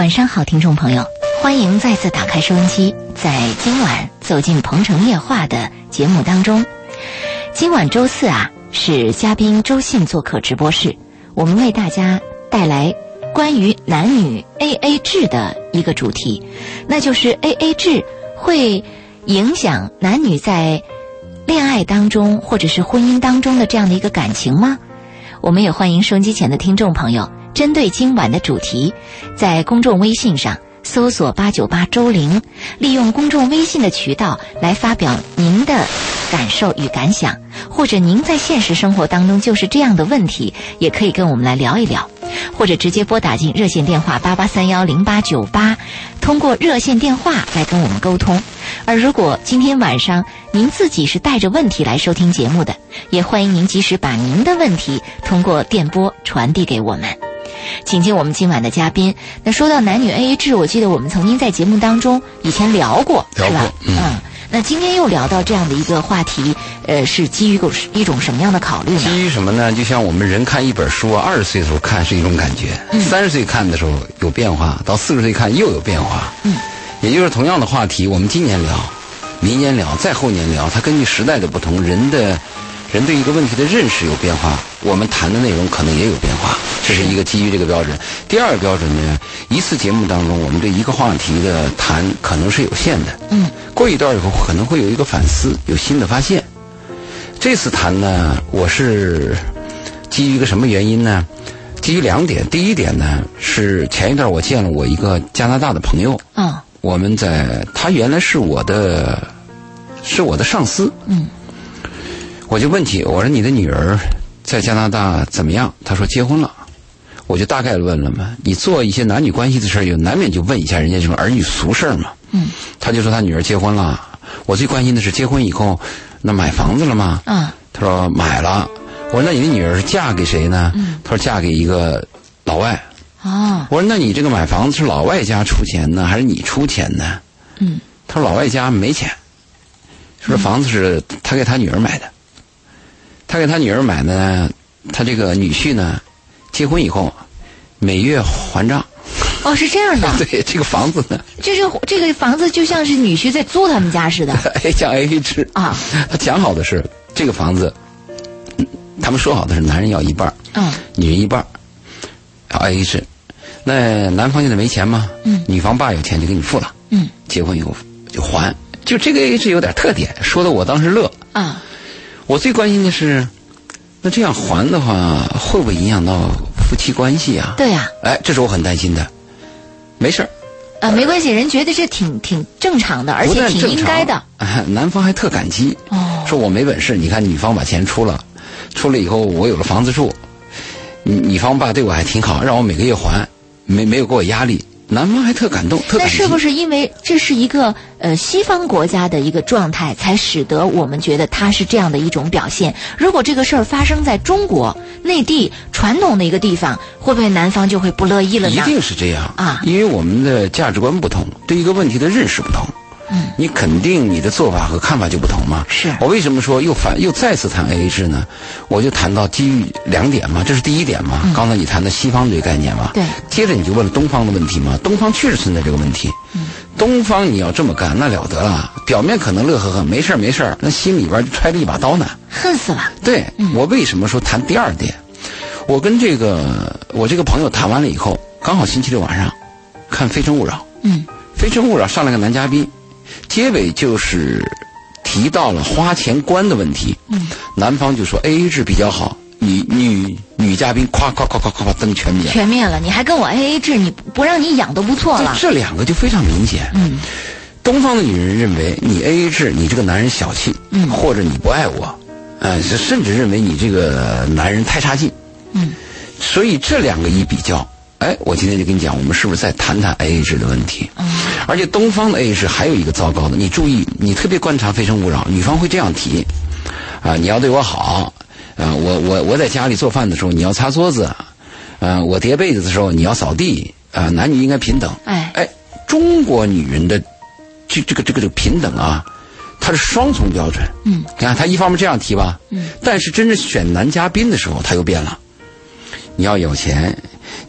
晚上好，听众朋友，欢迎再次打开收音机，在今晚走进鹏城夜话的节目当中。今晚周四是嘉宾周信做客直播室，我们为大家带来关于男女 AA 制的一个主题，那就是 AA 制会影响男女在恋爱当中或者是婚姻当中的这样的一个感情吗？我们也欢迎收音机前的听众朋友针对今晚的主题，在公众微信上搜索898周玲，利用公众微信的渠道来发表您的感受与感想，或者您在现实生活当中就是这样的问题，也可以跟我们来聊一聊，或者直接拨打进热线电话88310898，通过热线电话来跟我们沟通。而如果今天晚上您自己是带着问题来收听节目的，也欢迎您及时把您的问题通过电波传递给我们。请进我们今晚的嘉宾。那说到男女 AA 制，我记得我们曾经在节目当中以前聊过，是吧？那今天又聊到这样的一个话题，是基于一种什么样的考虑呢？ 基于什么呢？就像我们人看一本书20岁的时候看是一种感觉，30岁看的时候有变化，到40岁看又有变化。也就是同样的话题，我们今年聊，明年聊，再后年聊，它根据时代的不同，人对一个问题的认识有变化，我们谈的内容可能也有变化，这是一个基于这个标准。第二个标准呢，一次节目当中我们对一个话题的谈可能是有限的，过一段以后可能会有一个反思，有新的发现。这次谈呢，我是基于一个什么原因呢？基于2点。第一点呢，是前一段我见了我一个加拿大的朋友，我们他原来是我的上司，我就问起，我说你的女儿在加拿大怎么样？他说结婚了。我就大概问了嘛，你做一些男女关系的事儿，有难免就问一下人家这种儿女俗事儿嘛。他就说他女儿结婚了。我最关心的是结婚以后，那买房子了吗？他说买了。我说那你的女儿是嫁给谁呢？他说嫁给一个老外。我说那你这个买房子是老外家出钱呢，还是你出钱呢？他说老外家没钱，说房子是他给他女儿买的。他给他女儿买呢，他这个女婿呢，结婚以后每月还账。是这样的。对，这个房子呢，这个房子就像是女婿在租他们家似的。像 AA 制啊。他讲好的是这个房子，他们说好的是男人要一半，女人一半，要 AA 制。那男方现在没钱吗？女方爸有钱就给你付了。结婚以后就还，就这个 AA 制有点特点，说的我当时乐啊。我最关心的是，那这样还的话，会不会影响到夫妻关系啊？对呀。这是我很担心的。没事儿。没关系，人觉得这挺正常的，而且挺应该的。男方还特感激，说我没本事，你看女方把钱出了以后，我有了房子住，女方爸对我还挺好，让我每个月还，没有给我压力。男方还特感动，特感激。那是不是因为这是一个西方国家的一个状态，才使得我们觉得它是这样的一种表现？如果这个事儿发生在中国内地传统的一个地方，会不会男方就会不乐意了呢？一定是这样啊，因为我们的价值观不同，对一个问题的认识不同。你肯定你的做法和看法就不同嘛。是我为什么说又再次谈 AA 制呢？我就谈到基于2点嘛，这是第一点嘛。刚才你谈的西方这个概念嘛，对。接着你就问了东方的问题嘛，东方确实存在这个问题。东方你要这么干那了得了，表面可能乐呵呵没事儿，那心里边就揣着一把刀呢，恨死了。对，我为什么说谈第2点？我跟我这个朋友谈完了以后，刚好星期六晚上看《非诚勿扰》。《非诚勿扰》上来个男嘉宾。结尾就是提到了花钱观的问题，男方就说 AA 制比较好，女嘉宾夸灯全灭了，你还跟我 AA 制，你不让你养都不错了。这2个就非常明显。东方的女人认为你 AA 制，你这个男人小气，或者你不爱我，甚至认为你这个男人太差劲。所以这2个一比较，我今天就跟你讲，我们是不是再谈谈 AA 制的问题？而且东方的 AA 制还有一个糟糕的，你注意，你特别观察《非诚勿扰》，女方会这样提你要对我好我在家里做饭的时候你要擦桌子我叠被子的时候你要扫地男女应该平等。中国女人的这个平等它是双重标准。你看她一方面这样提吧，但是真正选男嘉宾的时候她又变了。你要有钱，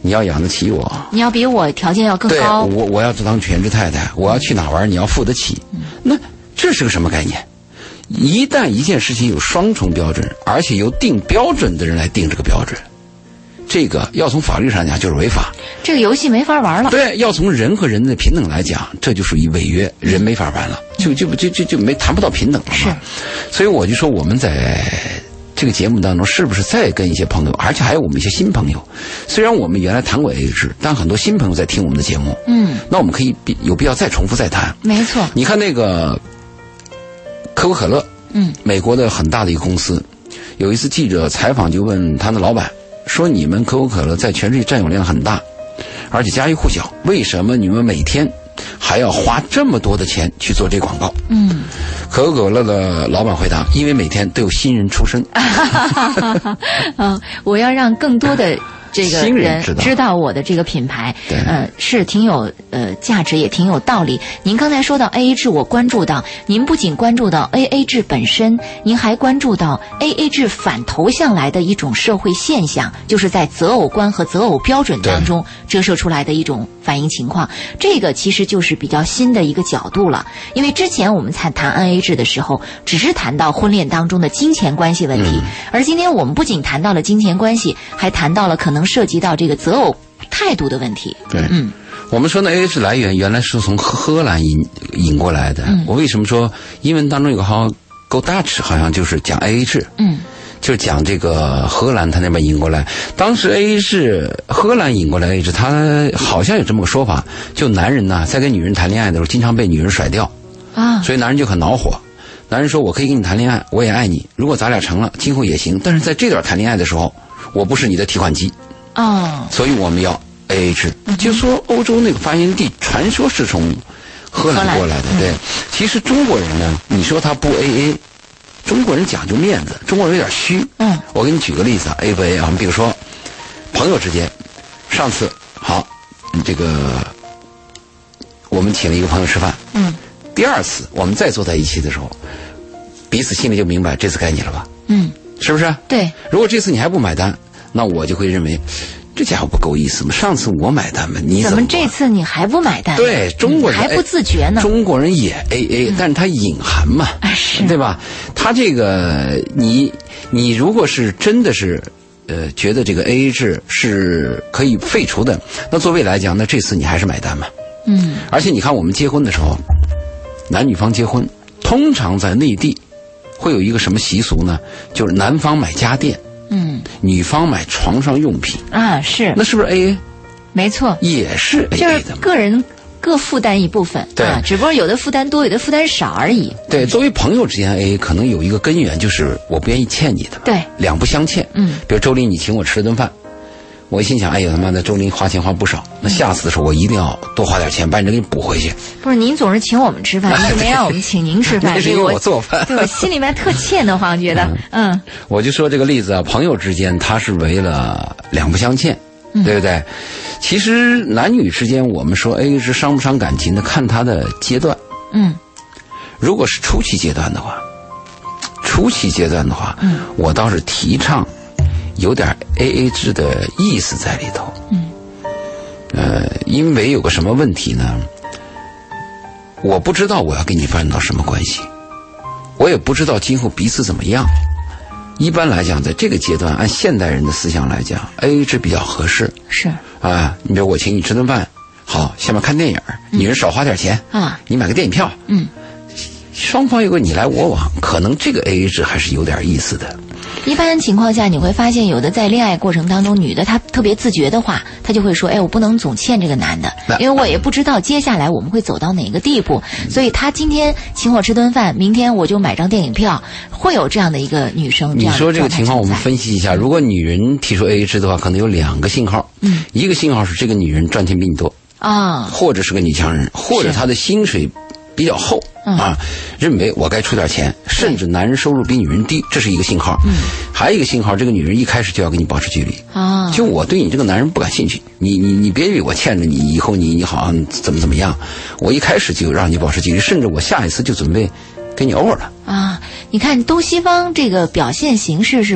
你要养得起我， 你要比我条件要更高， 对，我要当全职太太，我要去哪玩你要付得起。那这是个什么概念？一旦一件事情有双重标准，而且由定标准的人来定这个标准，这个要从法律上讲就是违法， 这个游戏没法玩了。对， 要从人和人的平等来讲，这就属于违约，人没法玩了，就没谈不到平等了嘛。是，所以我就说我们在这个节目当中，是不是再跟一些朋友，而且还有我们一些新朋友，虽然我们原来谈过 AA 制，但很多新朋友在听我们的节目，那我们可以有必要再重复再谈。没错，你看那个可口可乐，美国的很大的一个公司，有一次记者采访就问他的老板说：“你们可口可乐在全世界占有量很大，而且家喻户晓，为什么你们每天还要花这么多的钱去做这广告？”可口可乐的老板回答：“因为每天都有新人出生。” 我要让更多的这个人知道我的这个品牌，是挺有价值，也挺有道理。您刚才说到 AA 制，我关注到您不仅关注到 AA 制本身，您还关注到 AA 制反投向来的一种社会现象，就是在择偶观和择偶标准当中折射出来的一种反映情况。这个其实就是比较新的一个角度了，因为之前我们在谈 AA 制的时候，只是谈到婚恋当中的金钱关系问题，而今天我们不仅谈到了金钱关系，还谈到了可能涉及到这个择偶态度的问题。 对，我们说呢 AA 制来源原来是从荷兰引过来的。我为什么说英文当中有个好像 Go Dutch 好像就是讲 AA 制，就是讲这个荷兰他那边引过来。当时 AA 制荷兰引过来 AA 制，他好像有这么个说法，就男人呢在跟女人谈恋爱的时候经常被女人甩掉啊，所以男人就很恼火。男人说我可以跟你谈恋爱，我也爱你，如果咱俩成了今后也行，但是在这段谈恋爱的时候我不是你的提款机所以我们要 AA 制。就说欧洲那个发源地传说是从荷兰过来的。对，其实中国人呢，你说他不 AA， 中国人讲究面子，中国人有点虚。我给你举个例子啊 ，A 不 A 啊？比如说朋友之间，上次好，这个我们请了一个朋友吃饭，第二次我们再坐在一起的时候，彼此心里就明白这次该你了吧？是不是？对。如果这次你还不买单，那我就会认为这家伙不够意思嘛，上次我买单嘛，你怎么这次你还不买单？对，中国人还不自觉呢。中国人也 AA，但是他隐含嘛，对吧？他这个你如果是真的是觉得这个 AA 制是可以废除的，那作为来讲，那这次你还是买单嘛。而且你看我们结婚的时候，男女方结婚，通常在内地会有一个什么习俗呢？就是男方买家电，女方买床上用品啊，是，那是不是 AA？ 没错，也是 AA 的，就是个人各负担一部分，对，只不过有的负担多，有的负担少而已。对，作为朋友之间 AA 可能有一个根源，就是我不愿意欠你的，对，两不相欠。比如周林你请我吃了顿饭，我一心想，哎呀他妈的，周林花钱花不少，那下次的时候我一定要多花点钱，把你这给你补回去。不是，您总是请我们吃饭，您就没让我们请您吃饭，那是因为我做饭，对，我心里面特欠得慌，觉得我就说这个例子啊，朋友之间他是为了两不相欠，对不对？其实男女之间，我们说 AA 是伤不伤感情的，看他的阶段。如果是初期阶段的话，我倒是提倡有点 AA 制的意思在里头。因为有个什么问题呢？我不知道我要跟你发展到什么关系，我也不知道今后彼此怎么样。一般来讲，在这个阶段，按现代人的思想来讲 ，AA 制比较合适。是啊，你比如我请你吃顿饭，好，下面看电影，你人少花点钱啊，你买个电影票，双方有个你来我往，可能这个 AA 制还是有点意思的。一般情况下，你会发现有的在恋爱过程当中，女的她特别自觉的话，她就会说：“哎，我不能总欠这个男的，因为我也不知道接下来我们会走到哪个地步，所以他今天请我吃顿饭，明天我就买张电影票。”会有这样的一个女生。你说这个情况，我们分析一下。如果女人提出 AA 制的话，可能有两个信号。一个信号是这个女人赚钱比你多啊，或者是个女强人，或者她的薪水比较厚啊，认为我该出点钱，甚至男人收入比女人低，这是一个信号。还有一个信号，这个女人一开始就要跟你保持距离啊，就我对你这个男人不感兴趣，你别以为我欠着你，以后你好像怎么样，我一开始就让你保持距离，甚至我下一次就准备跟你over了啊。你看东西方这个表现形式是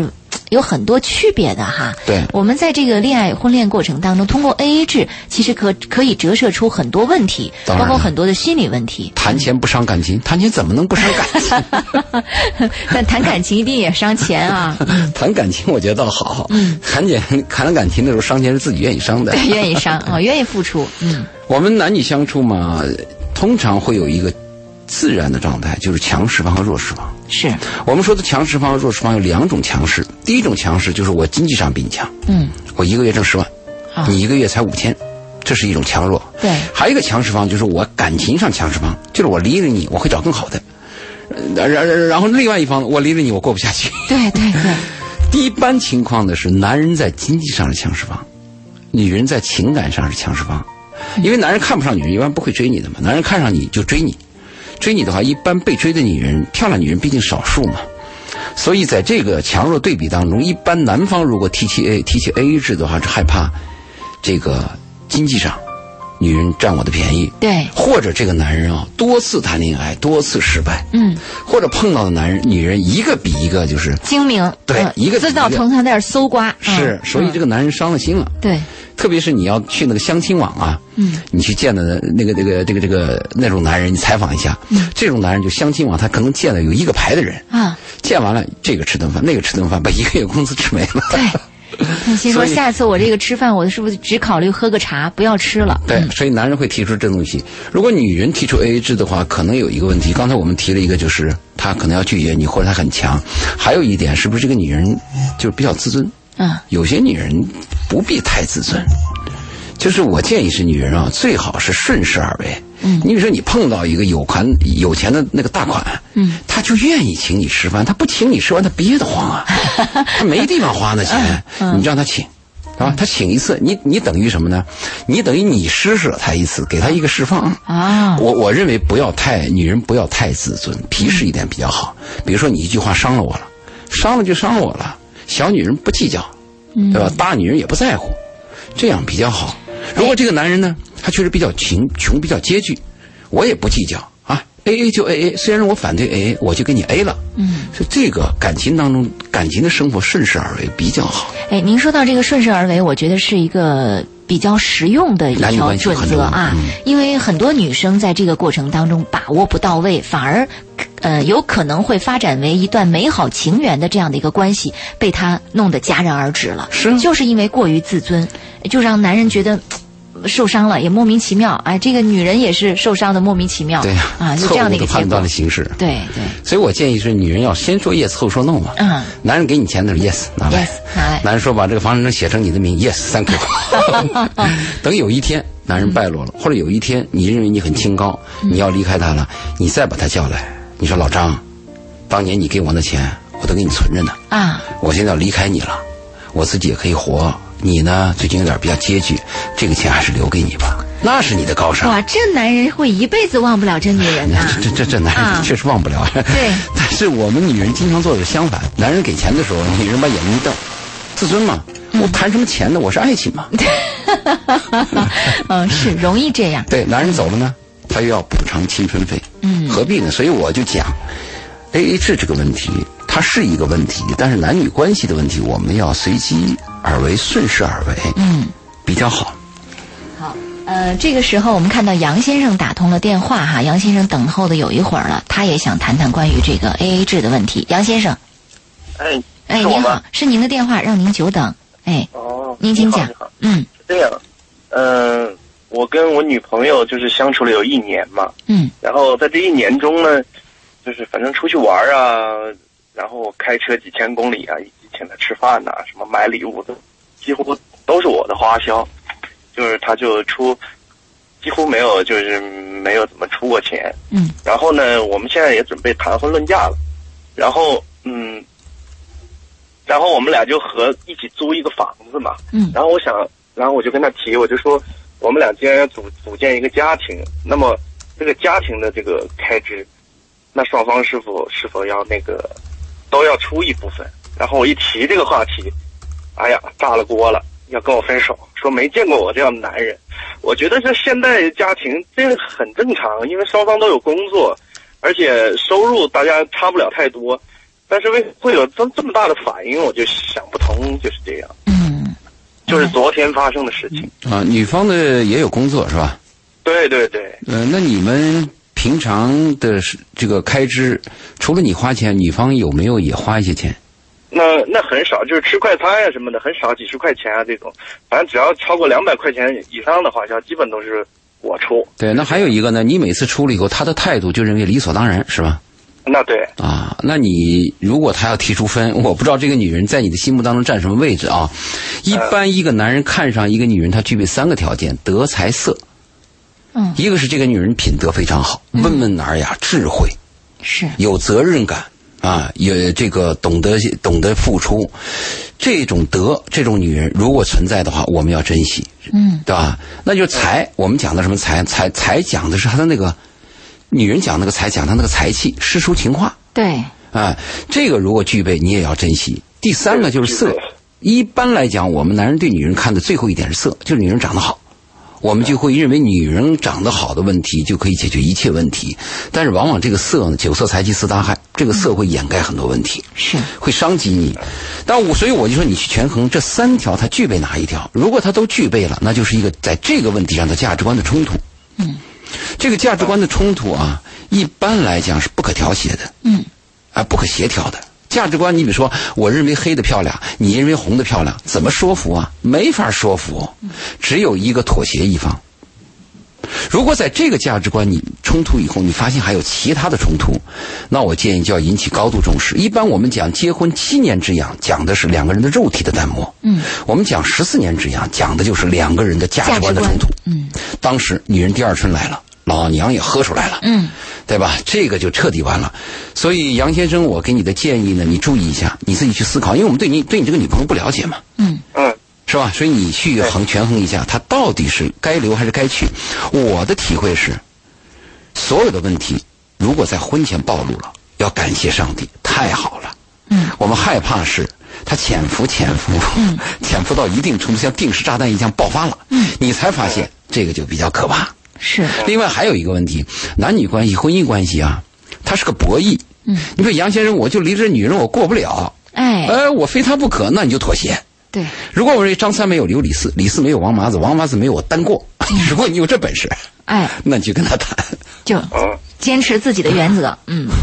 有很多区别的哈。 对， 我们在这个婚恋过程当中，通过 AA 制，其实可以折射出很多问题，包括很多的心理问题。 谈钱不伤感情，谈钱怎么能不伤感情？ 但谈感情一定也伤钱啊。 谈感情我觉得倒好，谈感情的时候伤钱是自己愿意伤的， 对，愿意伤啊，愿意付出。 我们男女相处嘛，通常会有一个自然的状态，就是强势方和弱势方。 是我们说的强势方和弱势方有2种强势。第一种强势就是我经济上比你强，我1个月挣10万，你1个月才5000，这是一种强弱。 对， 还有一个强势方就是我感情上强势方，就是我离了你我会找更好的，然后另外一方我离了你我过不下去。 对对对。 一般情况的是男人在经济上是强势方，女人在情感上是强势方。因为男人看不上女人一般不会追你的嘛，男人看上你就追你，追你的话一般被追的女人，漂亮女人毕竟少数嘛，所以在这个强弱对比当中，一般男方如果提起 AA 制的话，是害怕这个经济上女人占我的便宜， 对， 或者这个男人啊多次谈恋爱多次失败，或者碰到的女人一个比一个就是精明， 对，一个自到头上在那搜刮， 是，所以这个男人伤了心了， 对。 特别是你要去那个相亲网啊，你去见的那种男人，你采访一下，这种男人就相亲网，他可能见了有1个排的人啊，见完了这个吃顿饭，那个吃顿饭，把1个月工资吃没了。 对，你心说下次我这个吃饭，我是不是只考虑喝个茶，不要吃了？ 对，所以男人会提出这东西。如果女人提出 AA 制的话，可能有一个问题，刚才我们提了一个，就是她可能要拒绝你，或者她很强。还有一点，是不是这个女人就是比较自尊？有些女人不必太自尊，就是我建议是女人啊，最好是顺势而为。你比如说你碰到一个有钱的那个大款，他就愿意请你吃饭，他不请你吃饭他憋得慌啊，他没地方花那钱，你让他请。啊，他请一次，你等于什么呢？你等于你施舍他一次，给他一个释放啊。我认为女人不要太自尊，皮实一点比较好。比如说你一句话伤了我了，伤了就伤了我了。小女人不计较，对吧？大女人也不在乎，这样比较好。如果这个男人呢，他确实比较穷，比较拮据，我也不计较啊 ，AA 就 AA。虽然我反对 AA， 我就给你 A 了。所以这个感情当中，感情的生活顺势而为比较好。 哎，您说到这个顺势而为，我觉得是一个比较实用的一条准则啊，因为很多女生在这个过程当中把握不到位，反而有可能会发展为一段美好情缘的这样的一个关系，被他弄得戛然而止了。 是， 就是因为过于自尊，就让男人觉得受伤了，也莫名其妙。哎，这个女人也是受伤的莫名其妙。 对呀， 就这样的一个结果。 判断的形式。 对对。 所以我建议是，女人要先说 yes 后说 no 嘛。男人给你钱的时候 yes 拿来。男人说把这个房产证写成你的名 yes thank you。等有一天男人败落了，或者有一天你认为你很清高，你要离开他了，你再把他叫来，你说老张，当年你给我的钱我都给你存着呢啊，我现在要离开你了，我自己也可以活。你呢，最近有点比较拮据，这个钱还是留给你吧，那是你的高尚。 哇，这男人会一辈子忘不了这女人呐！ 这男人确实忘不了。 对， 但是我们女人经常做的相反，男人给钱的时候，女人把眼睛一瞪，自尊嘛，我谈什么钱呢？我是爱情嘛。 是容易这样。 对，男人走了呢，他又要补偿青春费，何必呢？所以我就讲 AA 制这个问题。它是一个问题，但是男女关系的问题，我们要随机而为，顺势而为，比较好。 好，这个时候我们看到杨先生打通了电话哈，杨先生等候的有一会儿了，他也想谈谈关于这个 AA 制的问题。杨先生， 哎， 您好，是您的电话，让您久等。哎，您请讲。 是这样，我跟我女朋友就是相处了有1年嘛，然后在这1年中呢，就是反正出去玩啊。然后开车几千公里啊，以及请他吃饭呐，什么买礼物的，几乎都是我的花销，就是他就几乎没有怎么出过钱。然后呢，我们现在也准备谈婚论嫁了，然后我们俩就一起租一个房子嘛。然后我就跟他提，我就说我们俩既然要组建一个家庭，那么这个家庭的这个开支，那双方是否要都要出一部分。然后我一提这个话题，哎呀，炸了锅了，要跟我分手，说没见过我这样的男人。我觉得这现代家庭这个很正常，因为双方都有工作，而且收入大家差不了太多。 但是会有这么大的反应，我就想不通，就是这样。就是昨天发生的事情。 女方的也有工作是吧？ 对对对。 那你们平常的这个开支，除了你花钱，女方有没有也花一些钱？ 那很少，就是吃快餐呀什么的，很少，几十块钱啊这种，反正只要超过200块钱以上的花销，基本都是我出。 对，那还有一个呢，你每次出了以后，他的态度就认为理所当然，是吧？ 那对啊，那你如果他要提出分，我不知道这个女人在你的心目当中占什么位置啊？一般一个男人看上一个女人，他具备3个条件：德、才、色。一个是这个女人品德非常好，温文尔雅，智慧， 是有责任感啊，也这个懂得付出。这种德，这种女人如果存在的话，我们要珍惜，对吧？那就是才，我们讲的什么才？才讲的是她的那个。女人讲那个才，讲她那个才气，诗书情画。 对， 这个如果具备，你也要珍惜。第3个就是色。一般来讲，我们男人对女人看的最后一点是色，就是女人长得好，我们就会认为女人长得好的问题就可以解决一切问题。但是往往这个色呢，9色财气4大害，这个色会掩盖很多问题，是会伤及你。所以我就说，你去权衡这3条，它具备哪一条？如果它都具备了，那就是一个在这个问题上的价值观的冲突。这个价值观的冲突啊，一般来讲是不可调谐的，不可协调的。价值观，你比如说，我认为黑的漂亮，你认为红的漂亮，怎么说服啊？没法说服，只有一个妥协一方。如果在这个价值观你冲突以后，你发现还有其他的冲突，那我建议就要引起高度重视。一般我们讲结婚7年之痒，讲的是2个人的肉体的淡漠。我们讲14年之痒，讲的就是2个人的价值观的冲突。当时女人第2春来了，老娘也喝出来了，对吧？这个就彻底完了。所以杨先生，我给你的建议呢，你注意一下，你自己去思考，因为我们对你这个女朋友不了解嘛，是吧？所以你去权衡一下，她到底是该留还是该去。我的体会是，所有的问题如果在婚前暴露了，要感谢上帝，太好了。我们害怕是他潜伏到一定程度，像定时炸弹一样爆发了，你才发现这个就比较可怕。 是。 另外还有一个问题，男女关系、婚姻关系啊，它是个博弈。你说杨先生，我就离这女人我过不了，我非她不可，那你就妥协。 对。 如果我认为张三没有刘李四，李四没有王麻子，王麻子没有我单过，如果你有这本事，那你就跟他谈， 就坚持自己的原则。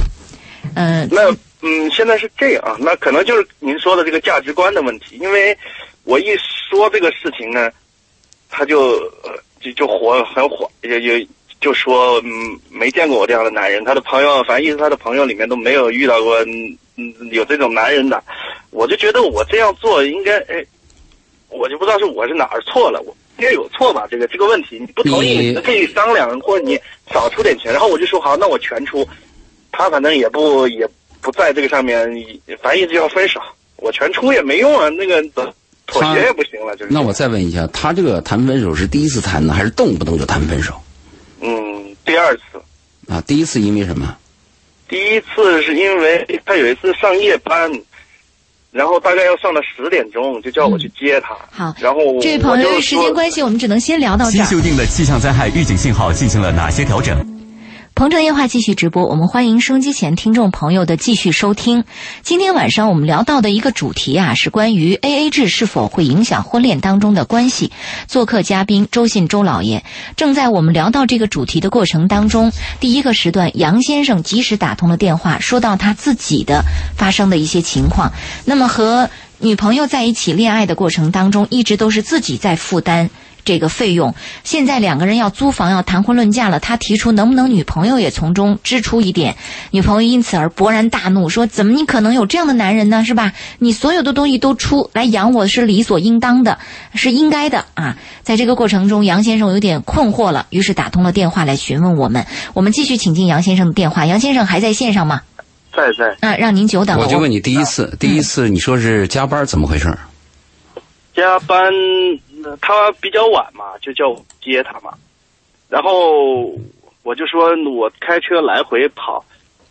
现在是这样啊，那可能就是您说的这个价值观的问题，因为我一说这个事情呢，他就火很火，就说没见过我这样的男人，他的朋友，反正意思他的朋友里面都没有遇到过有这种男人的。我就觉得我这样做应该，我就不知道我是哪儿错了，我应该有错吧？这个问题你不同意你可以商量，或者你少出点钱，然后我就说好，那我全出。他反正也不在这个上面，反正一直要分手，我全出也没用啊，那个妥协也不行了。就是。 那我再问一下，他这个谈分手是第一次谈呢，还是动不动就谈分手？ 第2次。 第一次因为什么？ 第一次是因为他有一次上夜班，然后大概要上到10点钟，就叫我去接他。 好， 然后这位朋友，因为时间关系，我们只能先聊到这儿。 新修订的气象灾害预警信号进行了哪些调整？ 鹏城夜话继续直播，我们欢迎收音机前听众朋友的继续收听。今天晚上我们聊到的一个主题是关于 AA 制是否会影响婚恋当中的关系。做客嘉宾周信周老爷，正在我们聊到这个主题的过程当中，第1个时段杨先生及时打通了电话，说到他自己的发生的一些情况。那么和女朋友在一起恋爱的过程当中，一直都是自己在负担这个费用，现在2个人要租房，要谈婚论嫁了，他提出能不能女朋友也从中支出一点，女朋友因此而勃然大怒，说怎么你可能有这样的男人呢，是吧？你所有的东西都出来养我是理所应当的，是应该的啊！在这个过程中，杨先生有点困惑了，于是打通了电话来询问我们。我们继续请进杨先生的电话。杨先生还在线上吗？ 在。 让您久等了。 我就问你第一次你说是加班，怎么回事？ 加班。他比较晚嘛，就叫我接他嘛，然后我就说我开车来回跑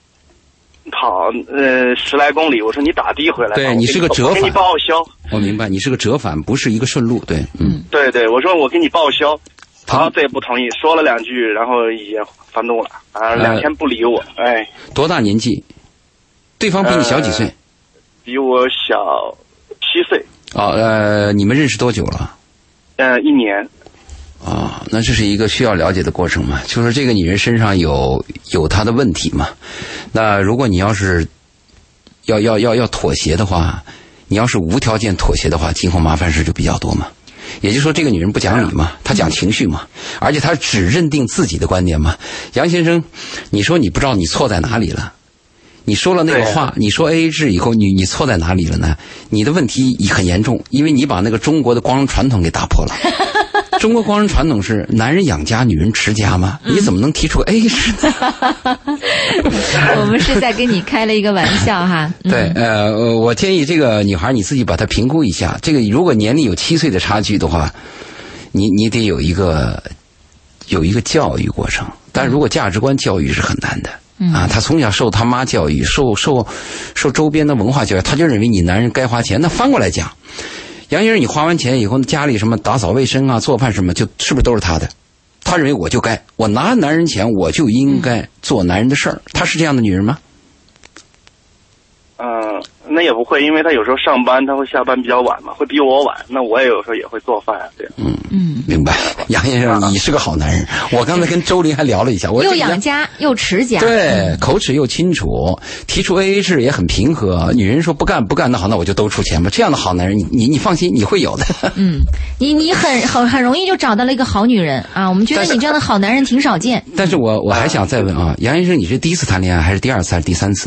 10来公里，我说你打的回来， 对你是个折返， 我给你报销。我明白，你是个折返，不是一个顺路，对， 对，我说我给你报销，好，这也不同意，说了2句，然后也翻动了2天不理我， 多大年纪？ 对方比你小几岁？ 比我小7岁。 你们认识多久了 ？1年。 那这是一个需要了解的过程嘛，就是这个女人身上有她的问题嘛。那如果你要是要妥协的话，你要是无条件妥协的话，今后麻烦事就比较多嘛。也就是说，这个女人不讲理嘛，她讲情绪嘛，而且她只认定自己的观点嘛。杨先生，你说你不知道你错在哪里了，你说了那个话，你说 AA 制以后，你错在哪里了呢？你的问题很严重，因为你把那个中国的光荣传统给打破了。中国光荣传统是男人养家，女人持家吗？你怎么能提出 AA 制呢？ 我们是在跟你开了一个玩笑哈。 对，我建议这个女孩你自己把她评估一下。这个如果年龄有7岁的差距的话，你得有一个教育过程。但如果价值观教育是很难的。他从小受他妈教育，受周边的文化教育，他就认为你男人该花钱。那翻过来讲，杨先生，你花完钱以后，家里什么打扫卫生啊、做饭什么，就是不是都是他的？他认为我拿男人钱，我就应该做男人的事儿。她是这样的女人吗？ 那也不会，因为他有时候上班，他会下班比较晚嘛，会比我晚。那我也有时候也会做饭啊，对。 明白。杨先生，你是个好男人。我刚才跟周林还聊了一下， 又养家又持家， 对，口齿又清楚，提出 AA 制也很平和。女人说不干，那好，那我就都出钱吧。这样的好男人，你放心，你会有的。 你很容易就找到了一个好女人啊。我们觉得你这样的好男人挺少见。 但是我还想再问啊，杨先生，你是第一次谈恋爱，还是第2次，还是第3次？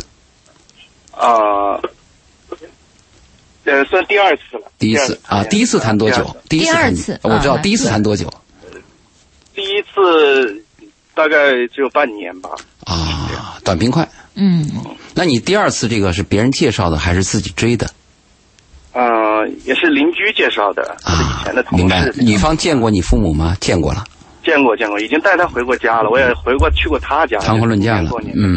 算第2次了。 第一次啊，第一次谈多久？ 第2次， 我知道第一次谈多久？ 第一次大概只有半年吧。 短平快。那你第2次这个是别人介绍的还是自己追的？ 也是邻居介绍的，以前的同事。 明白。女方见过你父母吗？见过了。 见过，已经带他回过家了，我也去过他家， 谈婚论嫁了。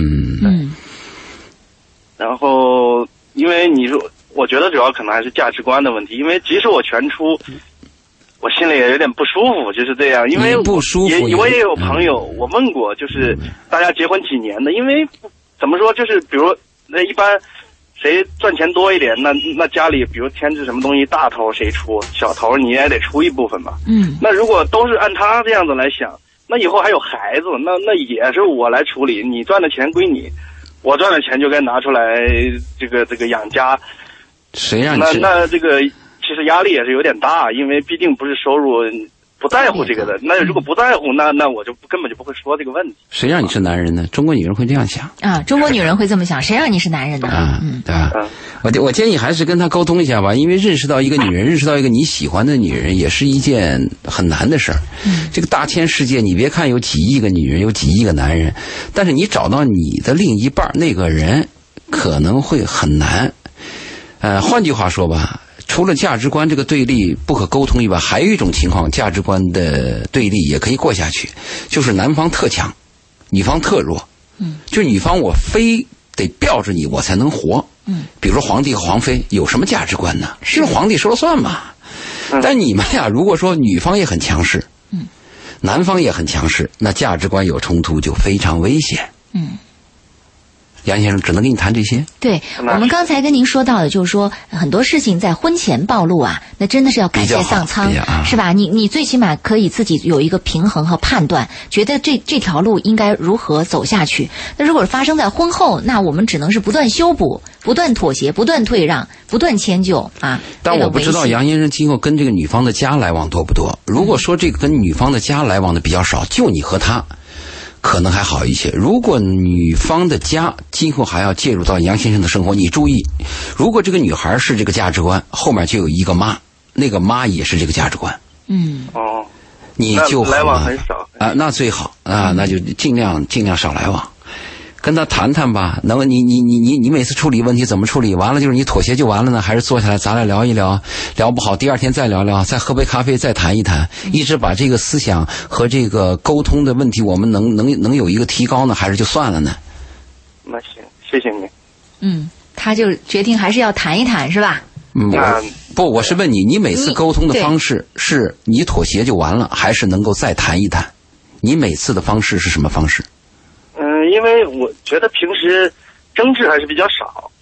然后，因为你说，我觉得主要可能还是价值观的问题，因为即使我全出，我心里也有点不舒服，就是这样。因为不舒服， 我也有朋友，我问过，就是大家结婚几年的，因为怎么说，就是比如那一般谁赚钱多一点，那家里比如添置什么东西，大头谁出，小头你也得出一部分吧。那如果都是按他这样子来想，那以后还有孩子，那也是我来处理，你赚的钱归你。我赚的钱就该拿出来，这个养家。 谁让你那这个其实压力也是有点大，因为毕竟不是收入，不在乎这个的。那如果不在乎，那我就根本就不会说这个问题。 谁让你是男人呢？中国女人会这样想啊！中国女人会这么想，谁让你是男人呢？ 对吧？我建议还是跟他沟通一下吧，因为认识到一个女人，认识到一个你喜欢的女人，也是一件很难的事儿。这个大千世界，你别看有几亿个女人，有几亿个男人，但是你找到你的另一半，那个人可能会很难。换句话说吧，除了价值观这个对立不可沟通以外，还有一种情况，价值观的对立也可以过下去，就是男方特强，女方特弱。就女方我非得吊着你我才能活。比如说皇帝和皇妃有什么价值观呢？是皇帝说了算嘛。但你们俩如果说女方也很强势，男方也很强势，那价值观有冲突就非常危险。杨先生只能跟你谈这些。 对，我们刚才跟您说到的就是说很多事情在婚前暴露啊，那真的是要感谢上苍，是吧？你最起码可以自己有一个平衡和判断，觉得这条路应该如何走下去。那如果是发生在婚后，那我们只能是不断修补，不断妥协，不断退让，不断迁就啊。 但我不知道杨先生今后跟这个女方的家来往多不多。如果说这个跟女方的家来往的比较少，就你和他可能还好一些。如果女方的家今后还要介入到杨先生的生活，你注意，如果这个女孩是这个价值观，后面就有一个妈，那个妈也是这个价值观。你就来往很少啊，那最好啊，那就尽量少来往。跟他谈谈吧，你每次处理问题怎么处理？完了就是你妥协就完了呢，还是坐下来咱俩聊一聊，聊不好第2天再聊聊，再喝杯咖啡再谈一谈，一直把这个思想和这个沟通的问题我们能有一个提高呢，还是就算了呢？ 那行，谢谢你。 他就决定还是要谈一谈，是吧？ 我是问你每次沟通的方式是你妥协就完了，还是能够再谈一谈？你每次的方式是什么方式？ 因为我觉得平时争执还是比较少，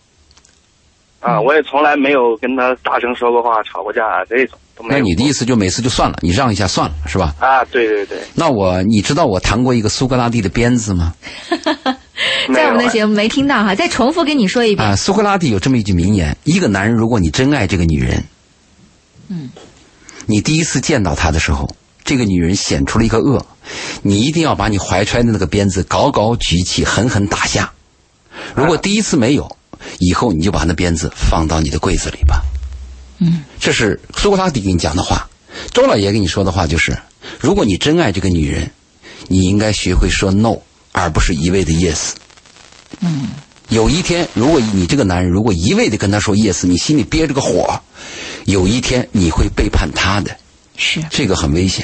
啊，我也从来没有跟他大声说过话、吵过架这种都没有。 那你的意思就每次就算了，你让一下算了，是吧？ 啊，对对对。 那你知道我弹过一个苏格拉底的鞭子吗？ 在我们的节目没听到哈，再重复跟你说一遍。 苏格拉底有这么一句名言：一个男人，如果你真爱这个女人，你第一次见到她的时候，这个女人显出了一个恶，你一定要把你怀揣的那个鞭子高高举起，狠狠打下。如果第一次没有，以后你就把那鞭子放到你的柜子里吧。这是苏格拉底跟你讲的话。周老爷跟你说的话就是：如果你真爱这个女人，你应该学会说 no， 而不是一味的 yes。有一天，如果你这个男人如果一味的跟他说 yes， 你心里憋着个火，有一天你会背叛他的。 是， 这个很危险。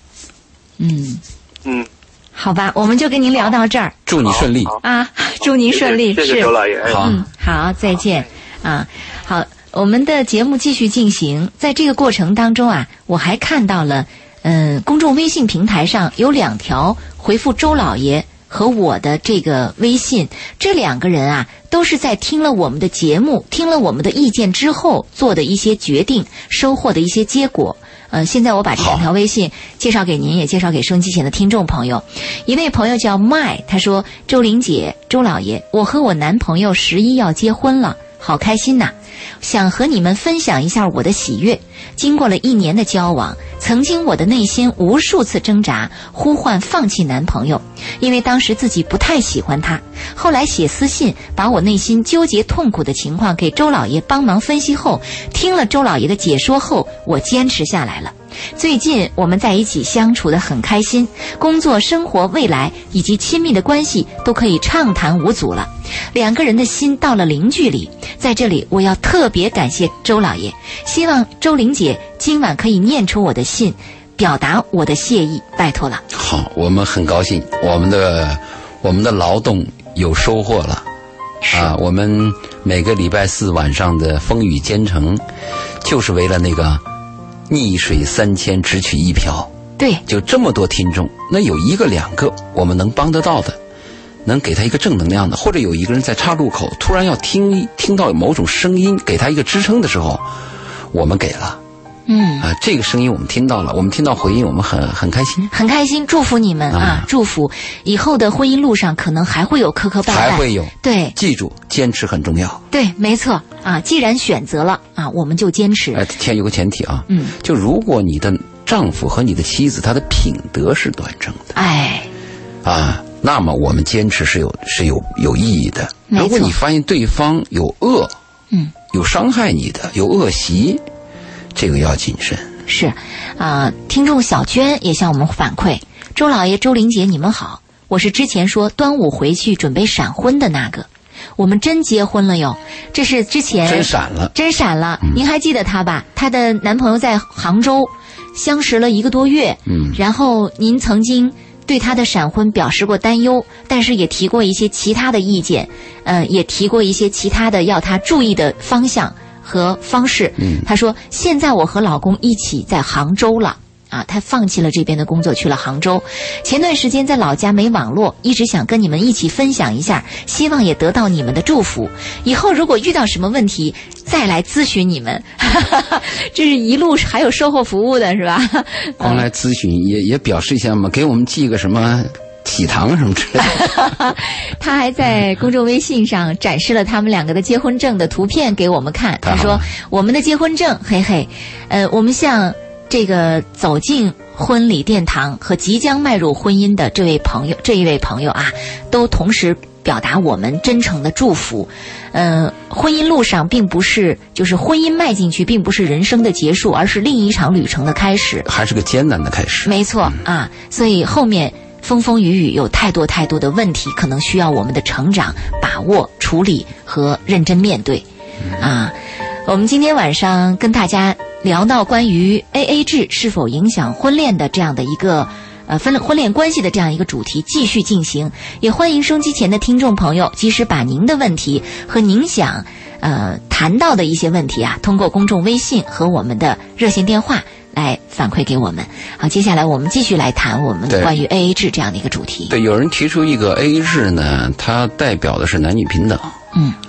好吧，我们就跟您聊到这儿。 祝你顺利啊！祝您顺利。 谢谢周老爷。 好，再见啊！好，我们的节目继续进行。在这个过程当中啊，我还看到了，公众微信平台上有2条回复周老爷和我的这个微信，这2个人啊，都是在听了我们的节目、听了我们的意见之后做的一些决定，收获的一些结果。现在我把这2条微信介绍给您，也介绍给收音机前的听众朋友。一位朋友叫麦，他说：周玲姐、周老爷，我和我男朋友11要结婚了，好开心呐！想和你们分享一下我的喜悦。经过了1年的交往，曾经我的内心无数次挣扎，呼唤放弃男朋友，因为当时自己不太喜欢他。后来写私信，把我内心纠结痛苦的情况给周老爷帮忙分析后，听了周老爷的解说后，我坚持下来了。最近我们在一起相处得很开心，工作、生活、未来以及亲密的关系都可以畅谈无阻了，2个人的心到了零距离。在这里我要特别感谢周老爷，希望周玲姐今晚可以念出我的信，表达我的谢意，拜托了。 好，我们很高兴，我们的劳动有收获了啊！我们每个礼拜4晚上的风雨兼程，就是为了那个逆水3000只取1瓢。 对， 就这么多听众，那有1个2个我们能帮得到的，能给他一个正能量的，或者有一个人在岔路口突然要听到某种声音，给他一个支撑的时候，我们给了。这个声音我们听到了，我们听到回音，我们很开心， 很开心，祝福你们啊！祝福以后的婚姻路上可能还会有磕磕绊绊， 还会有。 对， 记住，坚持很重要。 对，没错啊！既然选择了啊，我们就坚持。 有个前提啊，就如果你的丈夫和你的妻子他的品德是端正的，那么我们坚持是有意义的。如果你发现对方有恶，有伤害你的，有恶习，这个要谨慎。 是听众小娟也向我们反馈：周老爷、周玲姐，你们好，我是之前说端午回去准备闪婚的那个，我们真结婚了哟！这是之前真闪了。您还记得她吧？她的男朋友在杭州相识了1个多月，然后您曾经对她的闪婚表示过担忧，但是也提过一些其他的意见，也提过一些其他的要她注意的方向和方式。她说现在我和老公一起在杭州了她放弃了这边的工作，去了杭州。前段时间在老家没网络，一直想跟你们一起分享一下，希望也得到你们的祝福。以后如果遇到什么问题，再来咨询你们。这是一路还有售后服务的是吧？ 光来咨询也表示一下嘛，给我们寄个什么喜糖什么之类的。 他还在公众微信上展示了他们2个的结婚证的图片给我们看。他说我们的结婚证，嘿嘿，我们向这个走进婚礼殿堂和即将迈入婚姻的这一位朋友都同时表达我们真诚的祝福。婚姻路上并不是，就是婚姻迈进去并不是人生的结束，而是另一场旅程的开始， 还是个艰难的开始。 没错所以后面风风雨雨有太多太多的问题，可能需要我们的成长、把握、处理和认真面对我们今天晚上跟大家聊到关于 AA 制是否影响婚恋的这样的一个婚恋关系的这样一个主题继续进行，也欢迎收音机前的听众朋友及时把您的问题和您想谈到的一些问题通过公众微信和我们的热线电话来反馈给我们。好，接下来我们继续来谈我们关于 AA 制这样的一个主题。 对，有人提出一个 AA 制呢，它代表的是男女平等。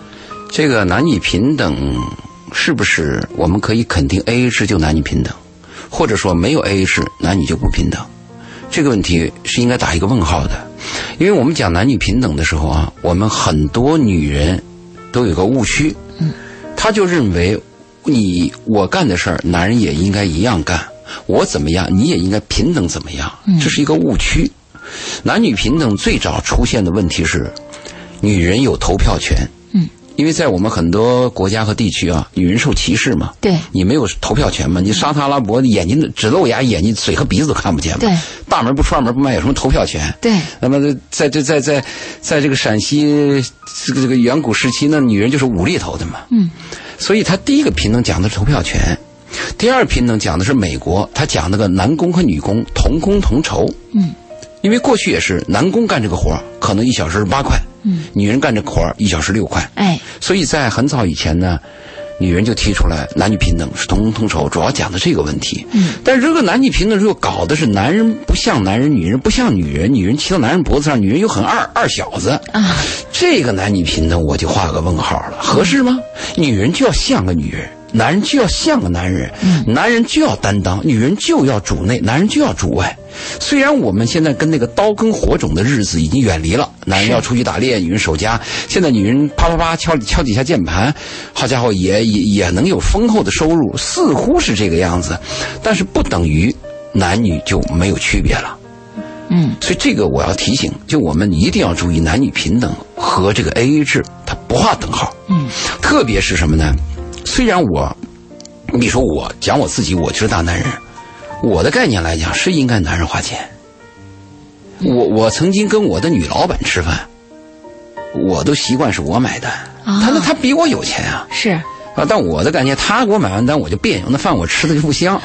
这个男女平等是不是我们可以肯定 AA 制就男女平等，或者说没有 AA 制男女就不平等？这个问题是应该打一个问号的。因为我们讲男女平等的时候啊，我们很多女人都有个误区，她就认为我干的事儿男人也应该一样干，我怎么样你也应该平等怎么样，这是一个误区。男女平等最早出现的问题是女人有投票权，因为在我们很多国家和地区啊，女人受歧视嘛，对，你没有投票权嘛，你沙特阿拉伯眼睛只露牙，眼睛嘴和鼻子都看不见嘛，对，大门不出二门不迈，有什么投票权？对，那么在这个陕西这个远古时期呢，女人就是武力投的嘛，所以他第一个平等讲的是投票权，第二平等讲的是美国，他讲那个男工和女工同工同酬，因为过去也是男工干这个活可能1小时8块，女人干这个活1小时6块，所以在很早以前呢，女人就提出来男女平等是同工同酬，主要讲的这个问题。但是这个男女平等如果搞的是男人不像男人，女人不像女人，女人骑到男人脖子上，女人又很二小子啊，这个男女平等我就画个问号了，合适吗？女人就要像个女人，男人就要像个男人，男人就要担当，女人就要主内，男人就要主外。虽然我们现在跟那个刀耕火种的日子已经远离了，男人要出去打猎，女人守家，现在女人啪啪啪敲几下键盘，好家伙也能有丰厚的收入，似乎是这个样子，但是不等于男女就没有区别了。所以这个我要提醒，就我们一定要注意男女平等和这个 AA 制它不划等号。特别是什么呢？虽然你说我讲我自己，我就是大男人，我的概念来讲是应该男人花钱。我曾经跟我的女老板吃饭，我都习惯是我买单，他比我有钱啊，是啊，但我的概念，他给我买完单我就别扭，那饭我吃的就不香。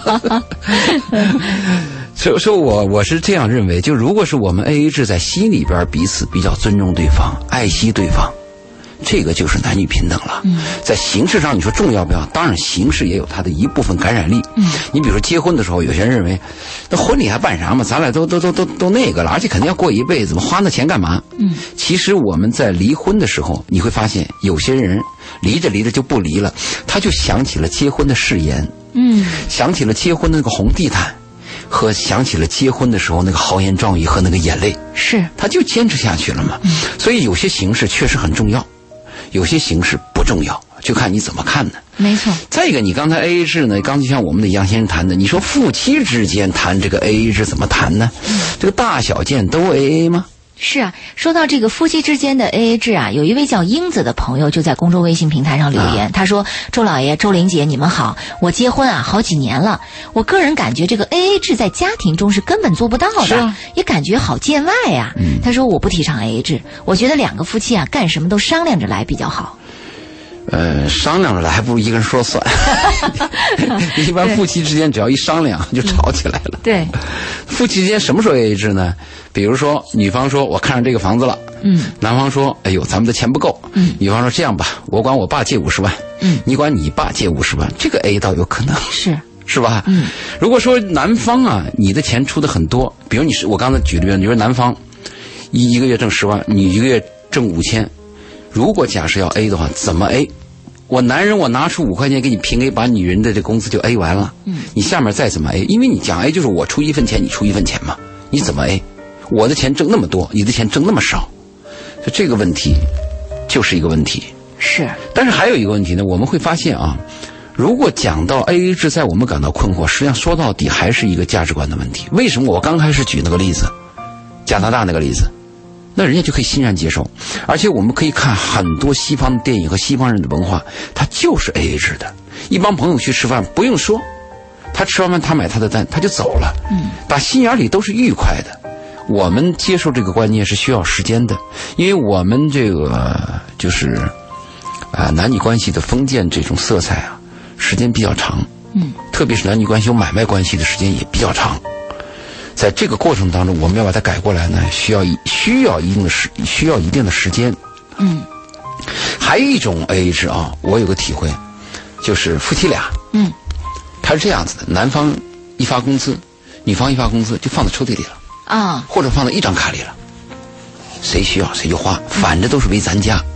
所以说我是这样认为，就如果是我们 AA 制在心里边彼此比较尊重对方，爱惜对方，这个就是男女平等了。在形式上你说重要不要？当然形式也有它的一部分感染力。你比如说结婚的时候，有些人认为那婚礼还办啥嘛，咱俩都那个了，而且肯定要过一辈子嘛，花那钱干嘛？其实我们在离婚的时候，你会发现有些人离着就不离了，他就想起了结婚的誓言，想起了结婚的那个红地毯，和想起了结婚的时候那个豪言壮语和那个眼泪，是他就坚持下去了嘛。所以有些形式确实很重要，有些形式不重要，就看你怎么看呢。没错。再一个，你刚才 AA 制呢，刚才像我们的杨先生谈的，你说夫妻之间谈这个 AA 制怎么谈呢？这个大小件都 AA 吗？ 是啊，说到这个夫妻之间的 AA 制啊，有一位叫英子的朋友就在公众微信平台上留言，他说：周老爷、周玲姐，你们好，我结婚好几年了，我个人感觉这个 AA 制在家庭中是根本做不到的，也感觉好见外呀。他说我不提倡 AA 制，我觉得两个夫妻干什么都商量着来比较好。 商量着来还不如一个人说算。一般夫妻之间只要一商量就吵起来了。对，夫妻之间什么时候 AA 制呢？比如说女方说我看上这个房子了，男方说哎呦咱们的钱不够，女方说这样吧，我管我爸借50万，你管你爸借50万，这个 AA 倒有可能，是吧？如果说男方你的钱出的很多，比如我刚才举例，你说男方一个月挣10万，你一个月挣5000，如果假设要 A 的话，怎么 A？ 我男人我拿出5块钱给你平 A， 把女人的这工资就 A 完了。你下面再怎么 A？ 因为你讲 A 就是我出1分钱，你出1分钱嘛，你怎么 A？ 我的钱挣那么多，你的钱挣那么少，所以这个问题就是一个问题。是。但是还有一个问题呢，我们会发现如果讲到 AA 制，在我们感到困惑，实际上说到底还是一个价值观的问题。为什么我刚开始举那个例子，加拿大那个例子？那人家就可以欣然接受，而且我们可以看很多西方的电影和西方人的文化，它就是 AA 制的。一帮朋友去吃饭，不用说，他吃完饭他买他的单，他就走了，打心眼里都是愉快的。我们接受这个观念是需要时间的，因为我们这个就是男女关系的封建这种色彩时间比较长，特别是男女关系有买卖关系的时间也比较长。在这个过程当中，我们要把它改过来呢，需要一定的时间。还有一种 AA 制我有个体会，就是夫妻俩，他是这样子的，男方一发工资，女方一发工资就放在抽屉里了或者放在一张卡里了，谁需要谁就花，反正都是为咱家。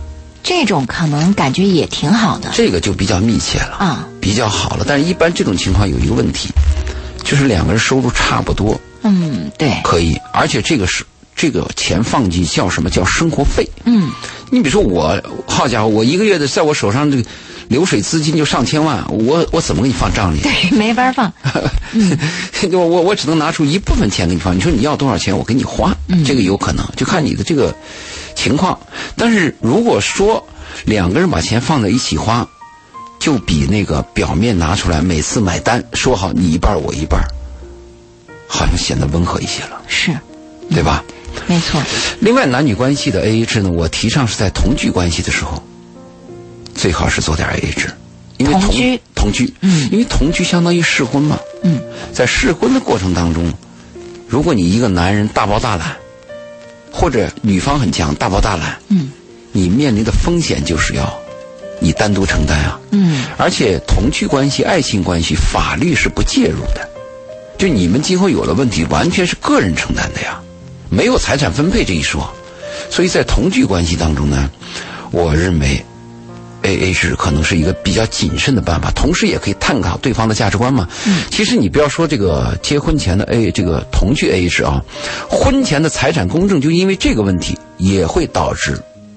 这种可能感觉也挺好的。 这个就比较密切了啊， 比较好了。但是一般这种情况有一个问题，就是两个人收入差不多。 对， 可以，而且这个钱放进叫什么叫生活费？你比如说我，好家伙，我一个月的在我手上这个流水资金就上千万，我怎么给你放账里？ 对，没法放。 我只能拿出一部分钱给你放。你说你要多少钱，我给你花，这个有可能，就看你的这个情况。但是如果说两个人把钱放在一起花，就比那个表面拿出来每次买单说好你一半我一半，好像显得温和一些了。 是， 对吧？ 没错。另外，男女关系的 AA 制呢，我提倡是在同居关系的时候，最好是做点 AA 制，因为同居，因为同居相当于试婚嘛。在试婚的过程当中，如果你一个男人大包大揽，或者女方很强大包大揽，你面临的风险就是要你单独承担啊。而且同居关系、爱情关系，法律是不介入的，就你们今后有了问题，完全是个人承担的呀。没有财产分配这一说，所以在同居关系当中呢，我认为 AA 制可能是一个比较谨慎的办法，同时也可以探讨对方的价值观嘛。其实你不要说这个结婚前的 AA 这个同居 AA 制啊，婚前的财产公证就因为这个问题也会导致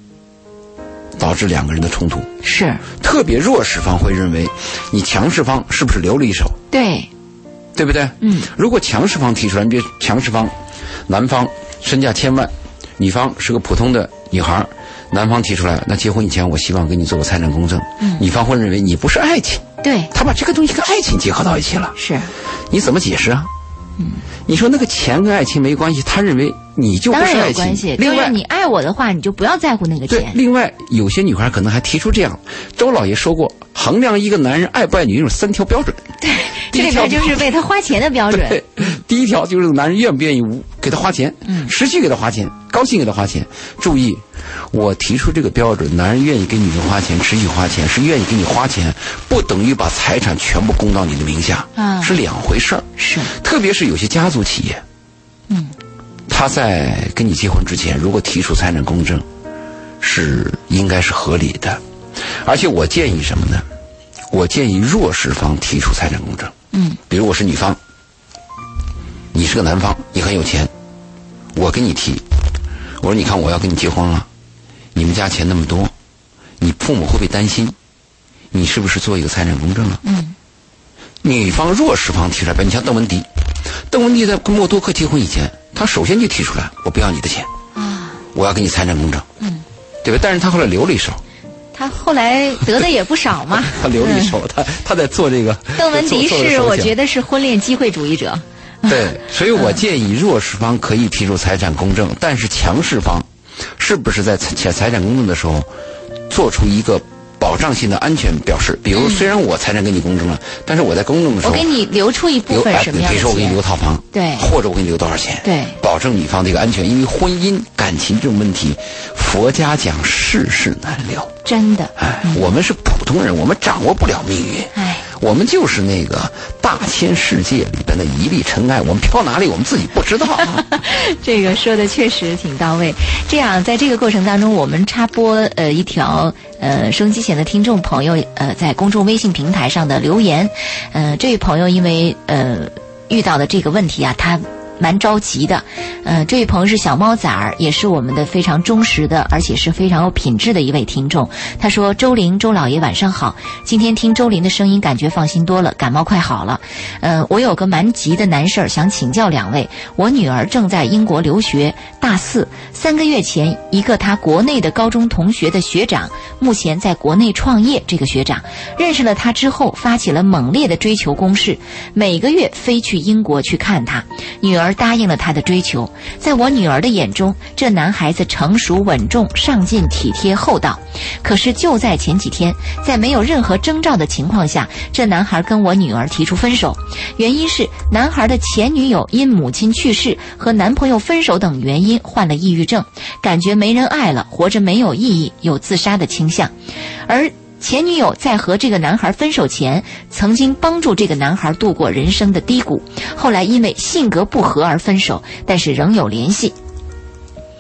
两个人的冲突。 是， 特别弱势方会认为你强势方是不是留了一手？对不对？如果强势方提出来，你别强势方男方身价1000万，女方是个普通的女孩，男方提出来，那结婚以前我希望给你做个财产公证，女方会认为你不是爱情， 对， 他把这个东西跟爱情结合到一起了， 是， 你怎么解释啊？你说那个钱跟爱情没关系，他认为你就不是爱情。当然有关系。另外，你爱我的话，你就不要在乎那个钱。 对，另外有些女孩可能还提出这样，周老爷说过，衡量一个男人爱不爱你有3条标准。 对，这里边就是为他花钱的标准。 对，第一条就是男人愿不愿意给他花钱，持续给他花钱，高兴给他花钱。注意，我提出这个标准，男人愿意给女人花钱，持续花钱，是愿意给你花钱，不等于把财产全部供到你的名下，是两回事儿。 是， 特别是有些家族企业，他在跟你结婚之前，如果提出财产公证，应该是合理的。而且我建议什么呢？我建议弱势方提出财产公证。比如我是女方，你是个男方，你很有钱，我跟你提，我说你看我要跟你结婚了，你们家钱那么多，你父母会不会担心？你是不是做一个财产公证啊？女方弱势方提出来，你像邓文迪在跟默多克结婚以前，他首先就提出来，我不要你的钱我要给你财产公证，对吧？但是他后来留了一手， 他后来得的也不少嘛。 他留了一手，他在做这个。 邓文迪我觉得是婚恋机会主义者。 对，所以我建议弱势方可以提出财产公证，但是强势方是不是在财产公证的时候做出一个保障性的安全表示？比如虽然我财产给你公证了，但是我在公证的时候， 我给你留出一部分什么样的钱？ 比如说我给你留套房， 对， 或者我给你留多少钱？ 对， 保证女方的一个安全。因为婚姻感情这种问题，佛家讲世事难料， 真的。 我们是普通人，我们掌握不了命运。我们就是那个大千世界里边的一粒尘埃，我们飘哪里我们自己不知道。 这个说的确实挺到位。这样，在这个过程当中，我们插播一条收音机前的听众朋友在公众微信平台上的留言。这位朋友因为遇到的这个问题啊，他蛮着急的。这位朋友是小猫崽儿，也是我们的非常忠实的，而且是非常有品质的一位听众。他说：周老爷晚上好，今天听周林的声音感觉放心多了，感冒快好了。我有个蛮急的难事儿想请教两位。我女儿正在英国留学，大4 3个月前，一个她国内的高中同学的学长，目前在国内创业，这个学长认识了她之后，发起了猛烈的追求攻势，每个月飞去英国去看她。女儿答应了他的追求。在我女儿的眼中，这男孩子成熟稳重、上进、体贴、厚道。可是就在前几天，在没有任何征兆的情况下，这男孩跟我女儿提出分手，原因是男孩的前女友因母亲去世和男朋友分手等原因患了抑郁症，感觉没人爱了，活着没有意义，有自杀的倾向。而前女友在和这个男孩分手前，曾经帮助这个男孩度过人生的低谷，后来因为性格不合而分手，但是仍有联系。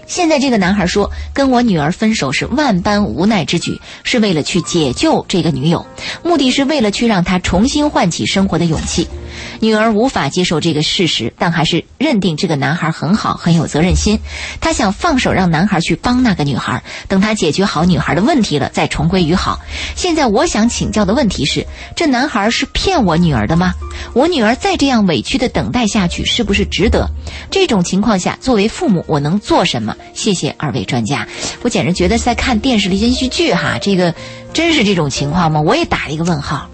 现在这个男孩说，跟我女儿分手是万般无奈之举，是为了去解救这个女友，目的是为了去让她重新唤起生活的勇气。女儿无法接受这个事实，但还是认定这个男孩很好，很有责任心。她想放手让男孩去帮那个女孩，等他解决好女孩的问题了，再重归于好。现在我想请教的问题是，这男孩是骗我女儿的吗？我女儿再这样委屈的等待下去，是不是值得？这种情况下，作为父母，我能做什么？谢谢二位专家。我简直觉得在看电视连续剧哈，这个真是这种情况吗？我也打了一个问号。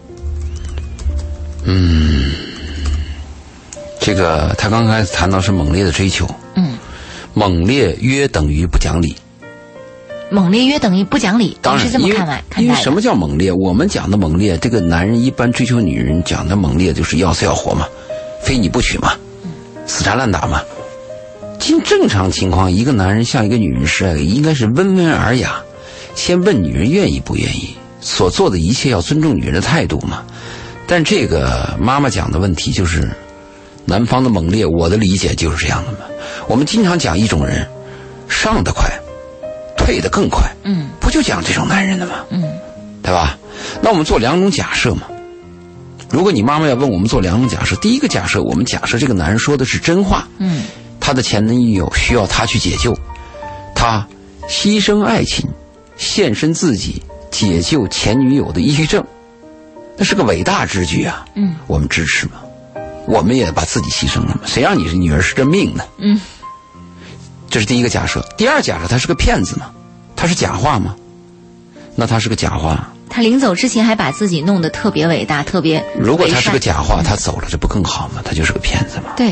这个他刚才谈到是猛烈的追求，猛烈约等于不讲理。 猛烈约等于不讲理， 当然是这么看待的。 因为什么叫猛烈？我们讲的猛烈，这个男人一般追求女人讲的猛烈就是要死要活嘛，非你不娶嘛，死缠烂打嘛。正常情况，一个男人向一个女人示爱，应该是温文尔雅，先问女人愿意不愿意，所做的一切要尊重女人的态度嘛。但这个妈妈讲的问题就是男方的猛烈，我的理解就是这样的嘛。我们经常讲一种人上得快退得更快，不就讲这种男人的吗？对吧？那我们做两种假设嘛。如果你妈妈要问我们做两种假设，第一个假设，我们假设这个男人说的是真话，他的前女友需要他去解救，他牺牲爱情献身自己解救前女友的抑郁症，那是个伟大之举啊，我们支持嘛。我们也把自己牺牲了嘛，谁让你女儿是这命呢？这是第一个假设。第二假设，他是个骗子嘛，他是假话吗？那他是个假话， 他临走之前还把自己弄得特别伟大，特别如果他是个假话，他走了，这不更好吗？他就是个骗子嘛。 对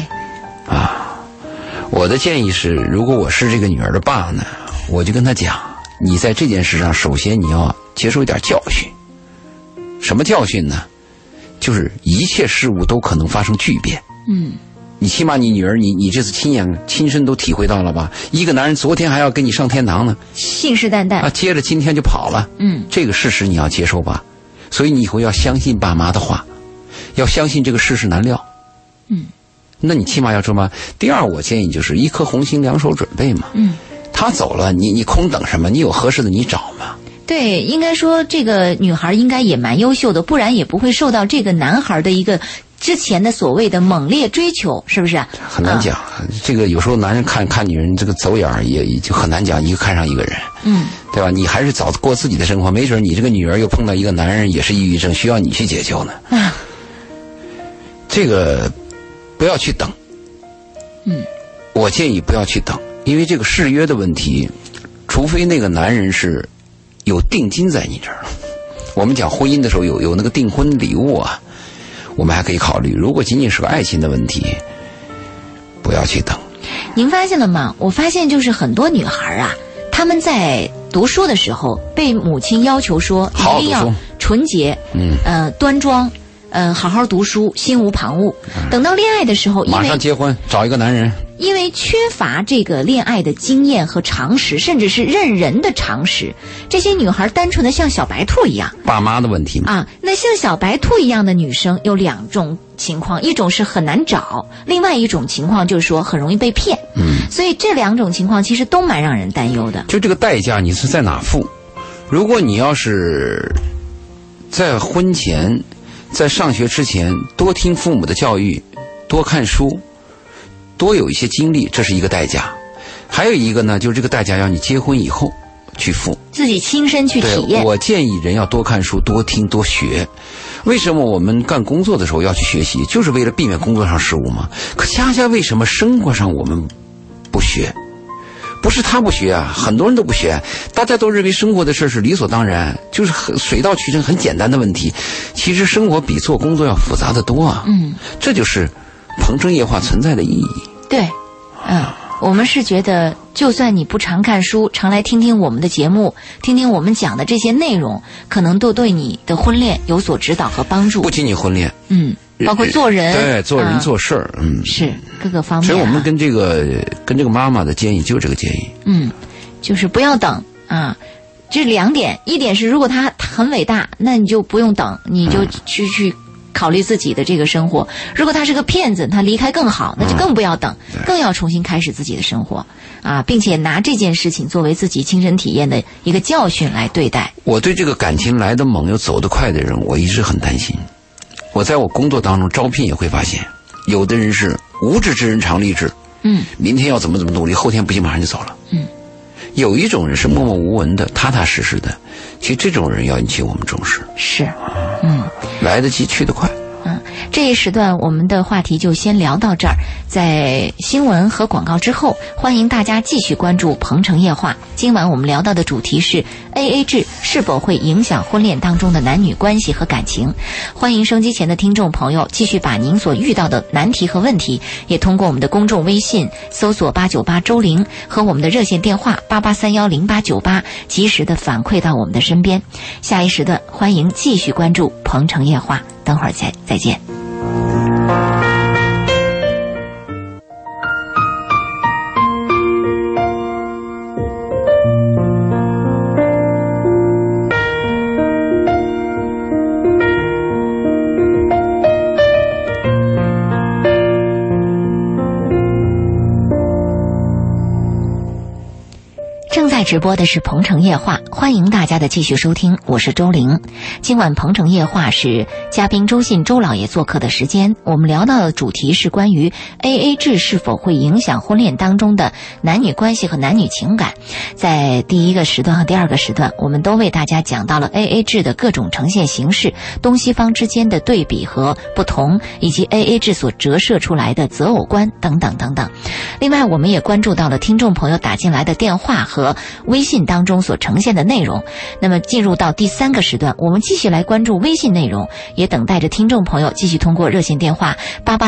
我的建议是，如果我是这个女儿的爸呢，我就跟他讲，你在这件事上首先你要接受一点教训。什么教训呢？就是一切事物都可能发生巨变。你起码你女儿你这次亲身都体会到了吧？一个男人昨天还要跟你上天堂呢， 信誓旦旦接着今天就跑了。这个事实你要接受吧。所以你以后要相信爸妈的话，要相信这个世事难料。那你起码要这么。第二，我建议就是一颗红心两手准备嘛。他走了，你空等什么？你有合适的你找嘛。 对，应该说这个女孩应该也蛮优秀的，不然也不会受到这个男孩的一个之前的所谓的猛烈追求，是不是？ 很难讲，这个有时候男人看女人这个走眼也就很难讲，一个看上一个人，对吧？你还是早过自己的生活，没准你这个女儿又碰到一个男人也是抑郁症，需要你去解救呢。这个不要去等。我建议不要去等，因为这个誓约的问题，除非那个男人是有定金在你这儿。我们讲婚姻的时候有那个订婚礼物啊，我们还可以考虑。如果仅仅是个爱情的问题，不要去等。 您发现了吗？我发现就是很多女孩啊，她们在读书的时候被母亲要求说一定要纯洁，端庄，好好读书，心无旁骛。等到恋爱的时候， 马上结婚，找一个男人。 因为缺乏这个恋爱的经验和常识，甚至是认人的常识，这些女孩单纯的像小白兔一样。 爸妈的问题嘛。 那像小白兔一样的女生有两种情况，一种是很难找，另外一种情况就是说很容易被骗。所以这两种情况其实都蛮让人担忧的。 就这个代价你是在哪付？如果你要是在婚前，在上学之前多听父母的教育，多看书，多有一些经历，这是一个代价。还有一个呢，就是这个代价要你结婚以后去付，自己亲身去体验。我建议人要多看书，多听，多学。为什么我们干工作的时候要去学习？就是为了避免工作上失误嘛。可恰恰为什么生活上我们不学？不是他不学啊，很多人都不学，大家都认为生活的事是理所当然，就是很水到渠成，很简单的问题。其实生活比做工作要复杂得多啊。这就是鹏城夜话存在的意义。对，我们是觉得，就算你不常看书，常来听听我们的节目，听听我们讲的这些内容，可能都对你的婚恋有所指导和帮助。不仅仅婚恋，包括做人，对，做人做事儿，是各个方面。所以我们跟这个妈妈的建议就是这个建议，就是不要等啊。这两点，一点是如果他很伟大，那你就不用等，你就去考虑自己的这个生活。如果他是个骗子，他离开更好，那就更不要等，更要重新开始自己的生活啊，并且拿这件事情作为自己亲身体验的一个教训来对待。 我对这个感情来得猛又走得快的人，我一直很担心。我在我工作当中招聘也会发现，有的人是无志之人常立志，明天要怎么努力，后天不行马上就走了，有一种人是默默无闻的，踏踏实实的，其实这种人要引起我们重视。 是， 来得及去得快。 这一时段我们的话题就先聊到这儿，在新闻和广告之后，欢迎大家继续关注鹏城夜话。今晚我们聊到的主题是 AA 制是否会影响婚恋当中的男女关系和感情。欢迎收机前的听众朋友继续把您所遇到的难题和问题，也通过我们的公众微信搜索898周玲和我们的热线电话88310898及时的反馈到我们的身边。下一时段欢迎继续关注鹏城夜话，等会儿再见。正在直播的是鹏城夜话，欢迎大家的继续收听，我是周玲。今晚鹏城夜话是嘉宾周信周老爷做客的时间，我们聊到的主题是关于 AA 制是否会影响婚恋当中的男女关系和男女情感。在第一个时段和第二个时段，我们都为大家讲到了 AA 制的各种呈现形式，东西方之间的对比和不同，以及 AA 制所折射出来的择偶观等等等等。另外我们也关注到了听众朋友打进来的电话和微信当中所呈现的内容。那么进入到第三个时段，我们继续来关注微信内容，也等待着听众朋友继续通过热线电话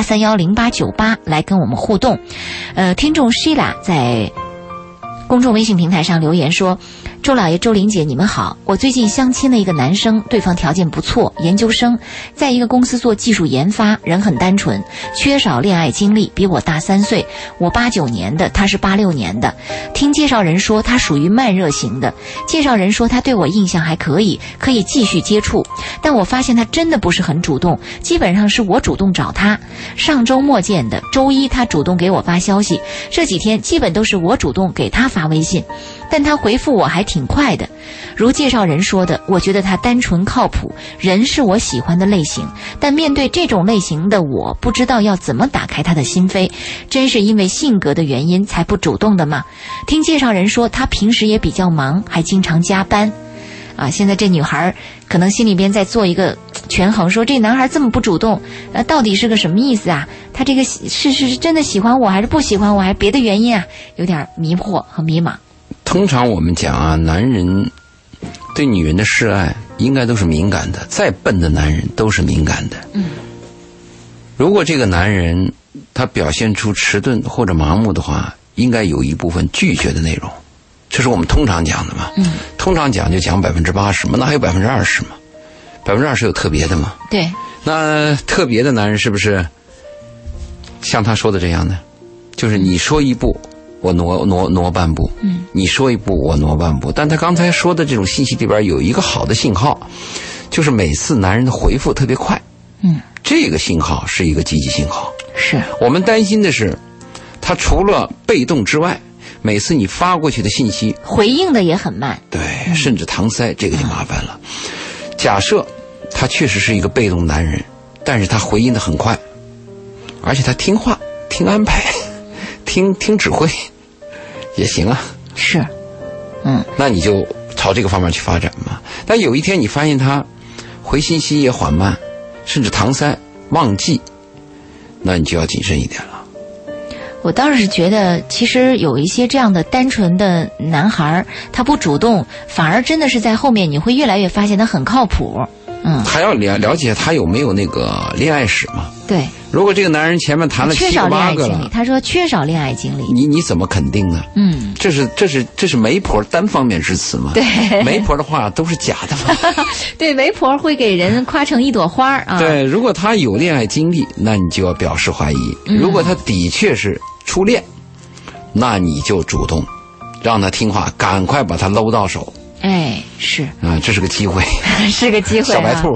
88310898来跟我们互动。听众 Sheila 在公众微信平台上留言说，周老爷周玲姐你们好，我最近相亲了一个男生，对方条件不错，研究生，在一个公司做技术研发，人很单纯，缺少恋爱经历，比我大3岁，我89年的，他是86年的。听介绍人说他属于慢热型的，介绍人说他对我印象还可以，可以继续接触，但我发现他真的不是很主动，基本上是我主动找他。上周末见的，周一他主动给我发消息，这几天基本都是我主动给他发微信，但他回复我还挺快的。如介绍人说的，我觉得他单纯靠谱，人是我喜欢的类型，但面对这种类型的我，不知道要怎么打开他的心扉，真是因为性格的原因才不主动的吗？听介绍人说他平时也比较忙，还经常加班啊。现在这女孩可能心里边在做一个权衡，说这男孩这么不主动，到底是个什么意思啊？他这个是真的喜欢我，还是不喜欢我，还是别的原因啊？有点迷惑和迷茫。 通常我们讲啊，男人对女人的示爱应该都是敏感的，再笨的男人都是敏感的。如果这个男人他表现出迟钝或者盲目的话，应该有一部分拒绝的内容，这是我们通常讲的嘛。通常讲就讲80%嘛，那还有20%嘛，20%有特别的嘛。 对， 那特别的男人是不是像他说的这样呢？就是你说一步我挪半步，你说一步我挪半步。但他刚才说的这种信息里边有一个好的信号，就是每次男人的回复特别快，这个信号是一个积极信号。 是我们担心的是，他除了被动之外，每次你发过去的信息回应的也很慢， 对，甚至搪塞，这个就麻烦了。假设他确实是一个被动男人，但是他回应的很快，而且他听话、听安排、听指挥也行啊。 是， 那你就朝这个方面去发展嘛。但有一天你发现他回信息也缓慢，甚至搪塞、忘记，那你就要谨慎一点了。 我倒是觉得其实有一些这样的单纯的男孩，他不主动，反而真的是在后面你会越来越发现他很靠谱。 还要了解他有没有那个恋爱史嘛。 对， 如果这个男人前面谈了7个8个了， 他说缺少恋爱经历， 你怎么肯定呢？这是媒婆单方面之词嘛。 对， 媒婆的话都是假的嘛。 对，媒婆会给人夸成一朵花啊。 对，如果他有恋爱经历，那你就要表示怀疑。如果他的确是初恋，那你就主动让他听话，赶快把他搂到手。 哎，是啊，这是个机会， 是个机会， 小白兔。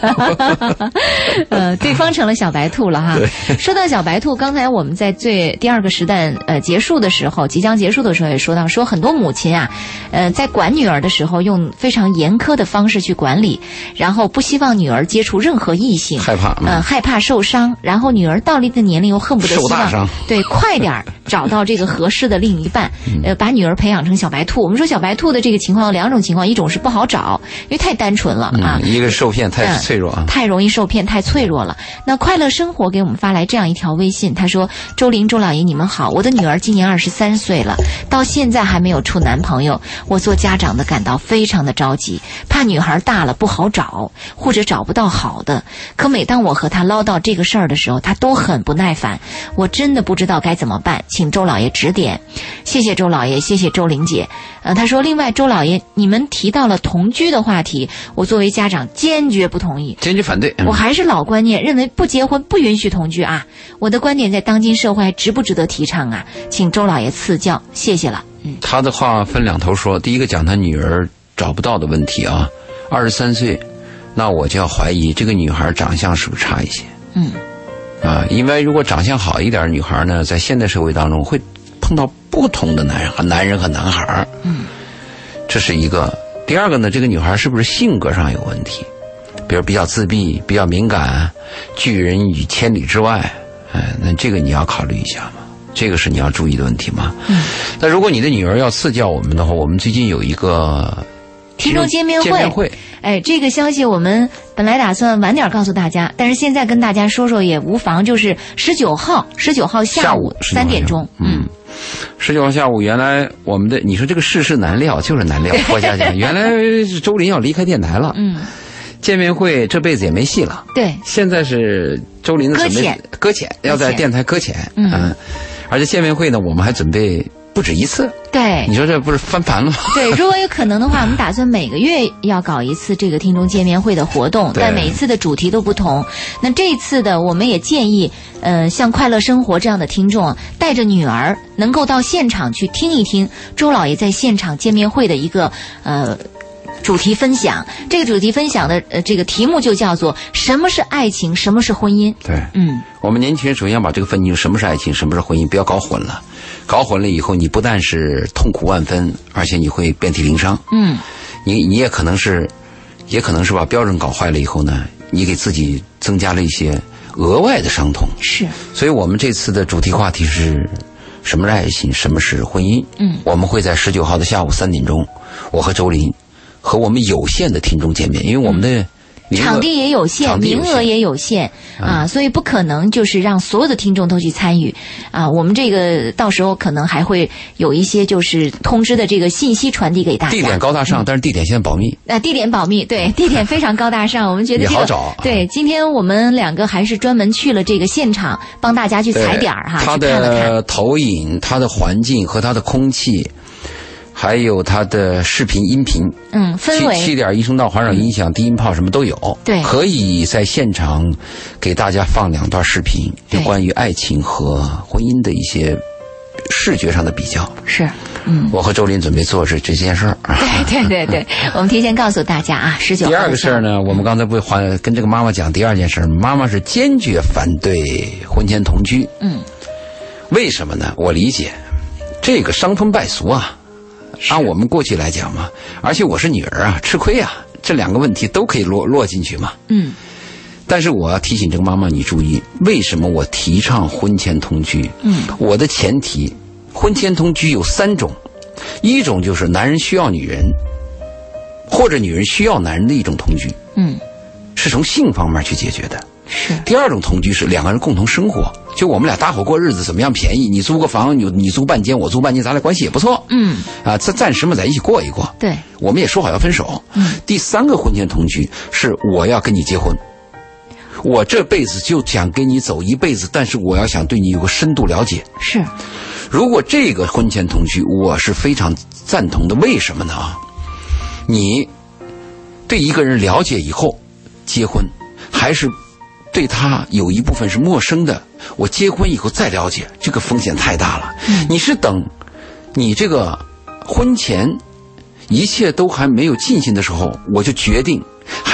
对方成了小白兔了哈。说到小白兔，刚才我们在第二个时段结束的时候，即将结束的时候也说到，说很多母亲啊，在管女儿的时候用非常严苛的方式去管理，然后不希望女儿接触任何异性，害怕受伤，然后女儿到了一个年龄又恨不得希望对快点找到这个合适的另一半，把女儿培养成小白兔。我们说小白兔的这个情况有两种情况，一种是不好找，因为太单纯了啊， 一个受骗太脆弱啊， 太容易受骗，太脆弱了。那快乐生活给我们发来这样一条微信，他说：周林、周老爷，你们好，我的女儿今年23岁了，到现在还没有处男朋友，我做家长的感到非常的着急，怕女孩大了不好找，或者找不到好的。可每当我和她唠叨这个事儿的时候，她都很不耐烦，我真的不知道该怎么办，请周老爷指点。谢谢周老爷，谢谢周玲姐。他说，另外周老爷，你们提到了同居的话题，我作为家长坚决不同意， 坚决反对。 我还是老观念，认为不结婚不允许同居啊。我的观点在当今社会还值不值得提倡啊？请周老爷赐教，谢谢了。 他的话分两头说，第一个讲他女儿找不到的问题啊，23岁，那我就要怀疑这个女孩长相是不是差一些？因为如果长相好一点的女孩呢，在现代社会当中会碰到不同的男人和男孩，这是一个。第二个呢，这个女孩是不是性格上有问题？比如比较自闭，比较敏感，拒人于千里之外，那这个你要考虑一下嘛，这个是你要注意的问题嘛。那如果你的女儿要赐教我们的话，我们最近有一个听众见面会。这个消息我们本来打算晚点告诉大家，但是现在跟大家说说也无妨，就是19号下午3点钟。 19号下午，原来我们的你说这个世事难料，就是难料。郭家讲，原来周林要离开电台了。见面会这辈子也没戏了。对，现在是周林的准备搁浅，要在电台搁浅。而且见面会呢，我们还准备不止一次。对，你说这不是翻盘了吗？对，如果有可能的话，我们打算每个月要搞一次这个听众见面会的活动，但每一次的主题都不同。那这一次的，我们也建议，像快乐生活这样的听众，带着女儿能够到现场去听一听周老爷在现场见面会的一个主题分享。这个主题分享的这个题目就叫做什么是爱情，什么是婚姻。对，我们年轻人首先要把这个分清什么是爱情，什么是婚姻，不要搞混了。搞混了以后，你不但是痛苦万分，而且你会遍体鳞伤。你也可能是把标准搞坏了以后呢，你给自己增加了一些额外的伤痛。是，所以我们这次的主题话题是什么是爱情，什么是婚姻。我们会在19号的下午3点钟，我和周林和我们有限的听众见面，因为我们的场地也有限，名额也有限啊，所以不可能就是让所有的听众都去参与啊。我们这个到时候可能还会有一些就是通知的这个信息传递给大家。地点高大上，但是地点现在保密。地点保密，对，地点非常高大上。我们觉得这个也好找。对，今天我们2个还是专门去了这个现场，帮大家去踩点哈，它的投影、它的环境和它的空气。还有它的视频、音频，氛围7.1声道环绕音响、低音炮什么都有。对，可以在现场给大家放2段视频，就关于爱情和婚姻的一些视觉上的比较。是，我和周林准备做这件事儿。对，我们提前告诉大家啊，19号。第二个事儿呢，我们刚才不会跟这个妈妈讲第二件事，妈妈是坚决反对婚前同居。为什么呢？我理解，这个伤风败俗啊。按我们过去来讲嘛，而且我是女儿啊，吃亏啊，这2个问题都可以落进去嘛。但是我要提醒这个妈妈，你注意，为什么我提倡婚前同居？我的前提，婚前同居有3种，一种就是男人需要女人，或者女人需要男人的一种同居。是从性方面去解决的。是。第二种同居是2个人共同生活，就我们俩搭伙过日子，怎么样便宜？你租个房，你租半间，我租半间，咱俩关系也不错。暂时嘛，在一起过一过。对。我们也说好要分手。第3个婚前同居是我要跟你结婚，我这辈子就想跟你走一辈子，但是我要想对你有个深度了解。是。如果这个婚前同居，我是非常赞同的。为什么呢？你对一个人了解以后结婚，还是对他有一部分是陌生的，我结婚以后再了解，这个风险太大了。你是等你这个婚前一切都还没有进行的时候，我就决定还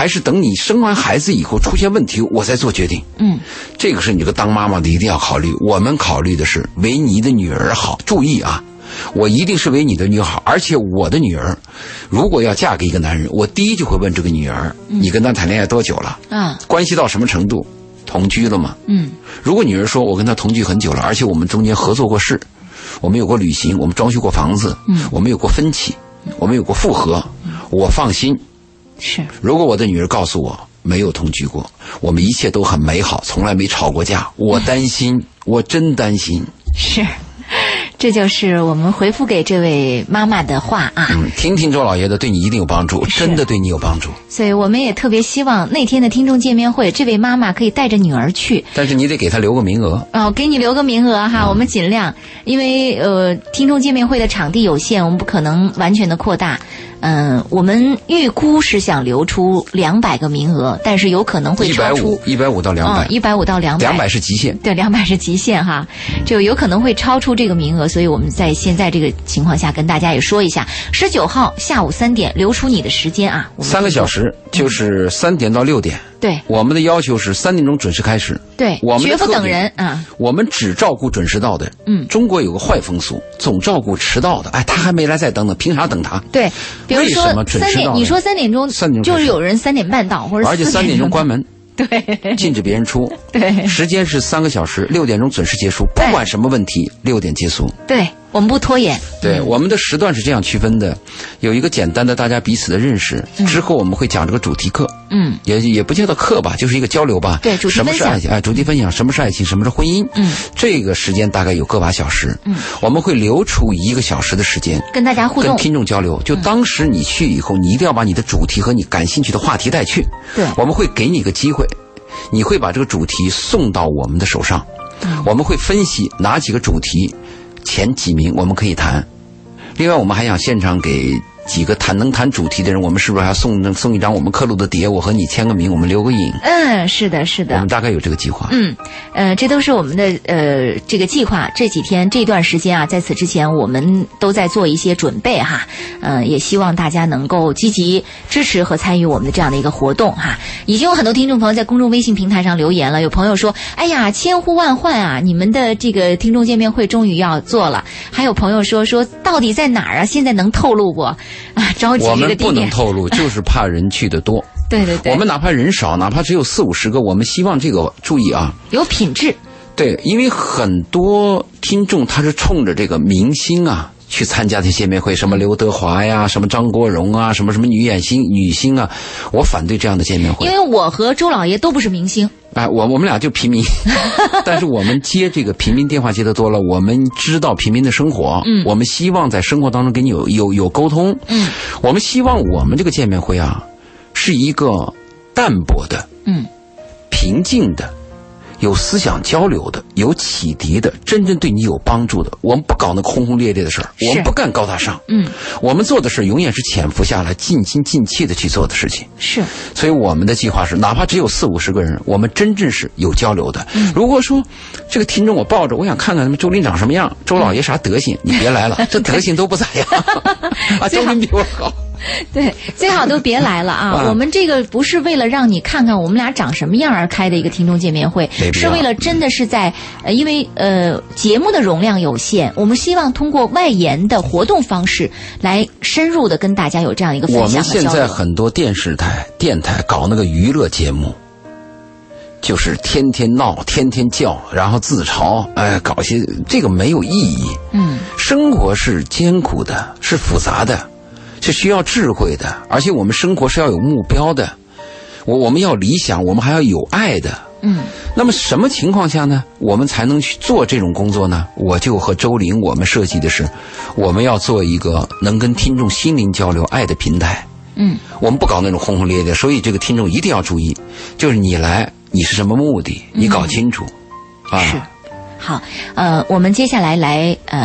还是等你生完孩子以后出现问题我再做决定？这个是你这个当妈妈的一定要考虑。我们考虑的是为你的女儿好，注意啊，我一定是为你的女儿好，而且我的女儿如果要嫁给一个男人，我第一就会问这个女儿，你跟他谈恋爱多久了？关系到什么程度？同居了吗？如果女儿说我跟他同居很久了，而且我们中间合作过事，我们有过旅行，我们装修过房子，我们有过分歧，我们有过复合，我放心。 是。 如果我的女儿告诉我没有同居过，我们一切都很美好，从来没吵过架，我担心，我真担心。 是。这就是我们回复给这位妈妈的话啊。 听听周老爷的，对你一定有帮助，真的对你有帮助。 所以我们也特别希望那天的听众见面会，这位妈妈可以带着女儿去。 但是你得给她留个名额。 给你留个名额哈，我们尽量，因为听众见面会的场地有限，我们不可能完全的扩大。我们预估是想留出200个名额，但是有可能会超出 150到200。 150到200 是极限。 对，200是极限哈，就有可能会超出这个名额，所以我们在现在这个情况下跟大家也说一下，19号下午3点留出你的时间啊，3 个小时，就是3点到6点。 对， 我们的要求是3点钟准时开始。 对， 我们绝不等人啊。 我们只照顾准时到的。中国有个坏风俗，总照顾迟到的。他还没来再等等，凭啥等他？ 对，比如说 3点， 你说3点钟就是有人3点半到，或者而且3点钟关门。 对， 禁止别人出。 对， 时间是3个小时，6点钟准时结束，不管什么问题，6点结束。 对，我们不拖延。 对，我们的时段是这样区分的，有一个简单的大家彼此的认识，之后我们会讲这个主题课。也不叫做课吧，就是一个交流吧。 对，主题分享。 什么是爱情？主题分享，什么是爱情？什么是婚姻？这个时间大概有个把小时。我们会留出1个小时的时间跟大家互动， 跟听众交流。就当时你去以后，你一定要把你的主题和你感兴趣的话题带去。 对， 我们会给你一个机会，你会把这个主题送到我们的手上。我们会分析哪几个主题前几名我们可以谈。另外我们还想现场给几个能谈主题的人，我们是不是还要送一张我们刻录的碟，我和你签个名，我们留个影。 是的是的， 我们大概有这个计划。 这都是我们的这个计划。这几天这段时间啊，在此之前我们都在做一些准备哈。也希望大家能够积极支持和参与我们的这样的一个活动哈。已经有很多听众朋友在公众微信平台上留言了，有朋友说哎呀千呼万唤啊，你们的这个听众见面会终于要做了。还有朋友说到底在哪儿啊，现在能透露不着急这个地点。我们不能透露，就是怕人去的多。 对对对， 我们哪怕人少，哪怕只有40-50个，我们希望这个注意啊， 有品质。 对，因为很多听众他是冲着这个明星啊去参加这些见面会，什么刘德华呀，什么张国荣啊，什么女星啊，我反对这样的见面会。 因为我和周老爷都不是明星。 我们俩就平民，但是我们接这个平民电话接得多了，我们知道平民的生活。我们希望在生活当中跟你有沟通。我们希望我们这个见面会啊是一个淡泊的，平静的，有思想交流的，有启迪的，真正对你有帮助的。我们不搞那轰轰烈烈的事儿，我们不干高大上。我们做的事永远是潜伏下来，尽心尽气的去做的事情。 是， 所以我们的计划是，哪怕只有40-50个人，我们真正是有交流的。如果说这个听众我抱着我想看看他们周林长什么样，周老爷啥德行，你别来了，这德行都不咋样。周林比我好。 对，最好都别来了啊！我们这个不是为了让你看看我们俩长什么样而开的一个听众见面会，是为了真的是在因为节目的容量有限，我们希望通过外延的活动方式来深入的跟大家有这样一个分享和交流。 我们现在很多电视台、电台搞那个娱乐节目，就是天天闹、天天叫，然后自嘲，搞些这个没有意义。生活是艰苦的，是复杂的。是需要智慧的，而且我们生活是要有目标的，我们要理想，我们还要有爱的。那么什么情况下呢，我们才能去做这种工作呢？我就和周玲我们设计的是，我们要做一个能跟听众心灵交流爱的平台。我们不搞那种轰轰烈烈，所以这个听众一定要注意，就是你来你是什么目的，你搞清楚。 是。好，我们接下来播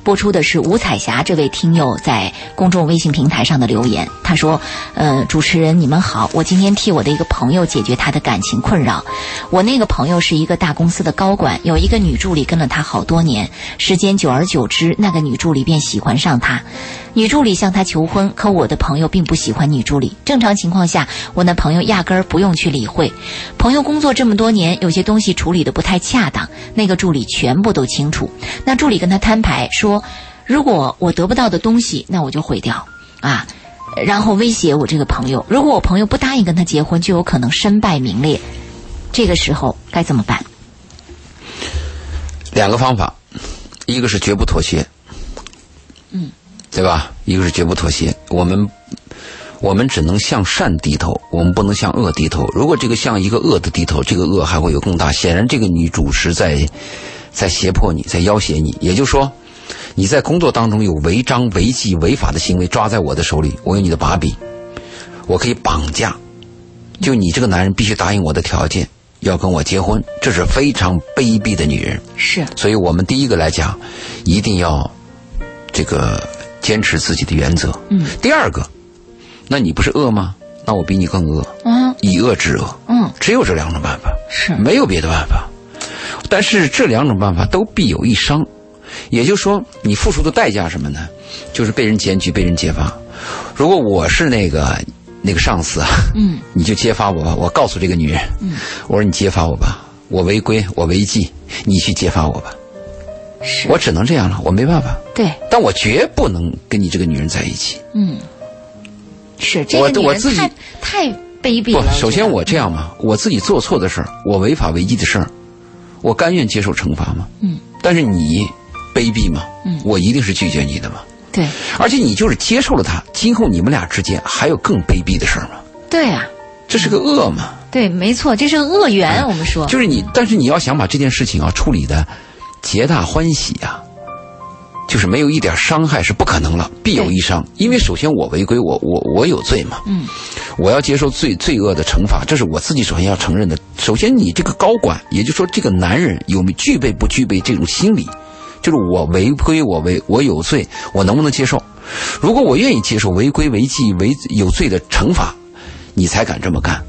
播出的是吴彩霞这位听友在公众微信平台上的留言。他说主持人你们好，我今天替我的一个朋友解决他的感情困扰。我那个朋友是一个大公司的高管，有一个女助理跟了他好多年，时间久而久之，那个女助理便喜欢上他。女助理向他求婚，可我的朋友并不喜欢女助理。正常情况下，我那朋友压根儿不用去理会。朋友工作这么多年，有些东西处理得不太恰当，那个助理全部都清楚。那助理跟他摊牌说，如果我得不到的东西，那我就毁掉啊，然后威胁我这个朋友，如果我朋友不答应跟他结婚，就有可能身败名裂。这个时候该怎么办 ？2个方法，一个是绝不妥协，对吧？一个是绝不妥协。我们只能向善低头，我们不能向恶低头。如果这个向一个恶的低头，这个恶还会有更大。显然这个女主是在胁迫你，在要挟你。也就是说，你在工作当中有违章、违纪、违法的行为抓在我的手里，我有你的把柄，我可以绑架。就你这个男人必须答应我的条件，要跟我结婚，这是非常卑鄙的女人。 是。所以我们第一个来讲，一定要这个坚持自己的原则。第二个，那你不是恶吗？那我比你更恶。以恶制恶。只有这2种办法，是没有别的办法。但是这2种办法都必有一伤，也就是说，你付出的代价什么呢？就是被人检举、被人揭发。如果我是那个上司啊，你就揭发我吧。我告诉这个女人，我说你揭发我吧，我违规，我违纪，你去揭发我吧。是，我只能这样了，我没办法。对，但我绝不能跟你这个女人在一起。 是这个女人太卑鄙了。 不，首先我这样嘛，我自己做错的事儿，我违法违纪的事儿，我甘愿接受惩罚吗？但是你卑鄙吗？我一定是拒绝你的嘛。对，而且你就是接受了他，今后你们俩之间还有更卑鄙的事儿吗？对啊，这是个恶嘛。对，没错，这是个恶缘。我们说，就是你，但是你要想把这件事情啊处理的皆大欢喜啊，就是没有一点伤害是不可能了，必有一伤。因为首先我违规，我有罪嘛，我要接受罪恶的惩罚，这是我自己首先要承认的。首先你这个高管，也就是说这个男人具备不具备这种心理，就是我违规，我有罪，我能不能接受？如果我愿意接受违规违纪有罪的惩罚，你才敢这么干。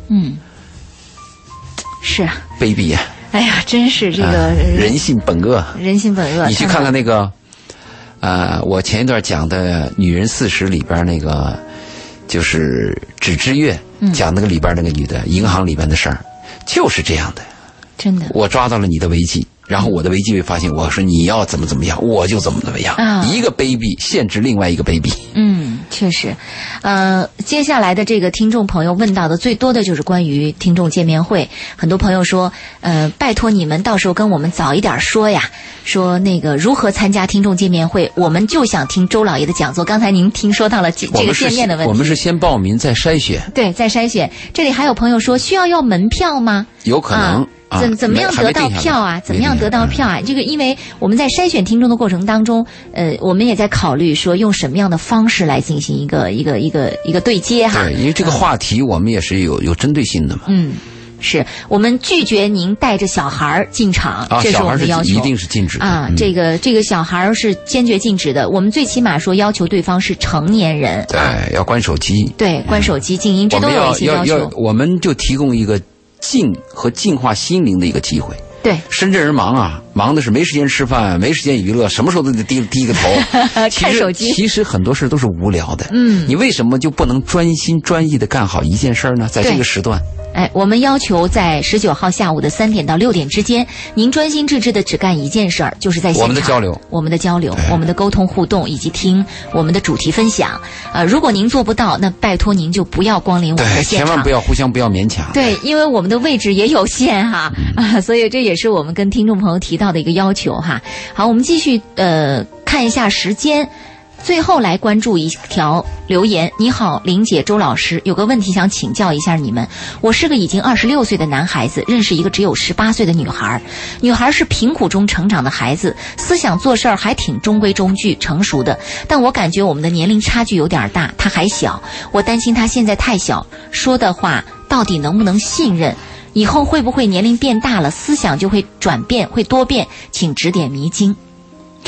是啊，卑鄙啊！哎呀，真是这个人性本恶，人性本恶。你去看看那个我前一段讲的《女人40》里边那个，就是纸之月讲那个里边那个女的银行里边的事儿，就是这样的。真的，我抓到了你的违纪，然后我的违纪被发现，我说你要怎么样，我就怎么样。一个卑鄙限制另外一个卑鄙。确实。接下来的这个听众朋友问到的最多的就是关于听众见面会。很多朋友说，拜托你们到时候跟我们早一点说呀，说那个如何参加听众见面会，我们就想听周老爷的讲座。刚才您说到了这个见面的问题。我们是先报名再筛选。对，再筛选。这里还有朋友说，需要门票吗？有可能。怎么样得到票啊？怎么样得到票啊？这个因为我们在筛选听众的过程当中，我们也在考虑说用什么样的方式来进行一个对接哈。对，因为这个话题我们也是有针对性的嘛。是我们拒绝您带着小孩进场，这是我们的要求，一定是禁止的啊。这个小孩是坚决禁止的。我们最起码说要求对方是成年人，对，要关手机，对，关手机、静音，这都有一些要求。我们就提供一个静和净化心灵的一个机会。对，深圳人忙啊，忙的是没时间吃饭，没时间娱乐，什么时候都得低个头看手机。其实很多事都是无聊的。你为什么就不能专心专意的干好一件事呢？在这个时段。我们要求在19号下午的3点到6点之间，您专心致志的只干一件事儿，就是在现场我们的交流，我们的沟通互动，以及听我们的主题分享。如果您做不到，那拜托您就不要光临我们的现场，千万不要互相不要勉强。对，因为我们的位置也有限哈，所以这也是我们跟听众朋友提到的一个要求哈。好，我们继续看一下时间。最后来关注一条留言。你好，林姐，周老师，有个问题想请教一下你们。我是个已经26岁的男孩子，认识一个只有18岁的女孩。女孩是贫苦中成长的孩子，思想做事儿还挺中规中矩成熟的，但我感觉我们的年龄差距有点大，她还小，我担心她现在太小，说的话到底能不能信任，以后会不会年龄变大了思想就会转变会多变，请指点迷津。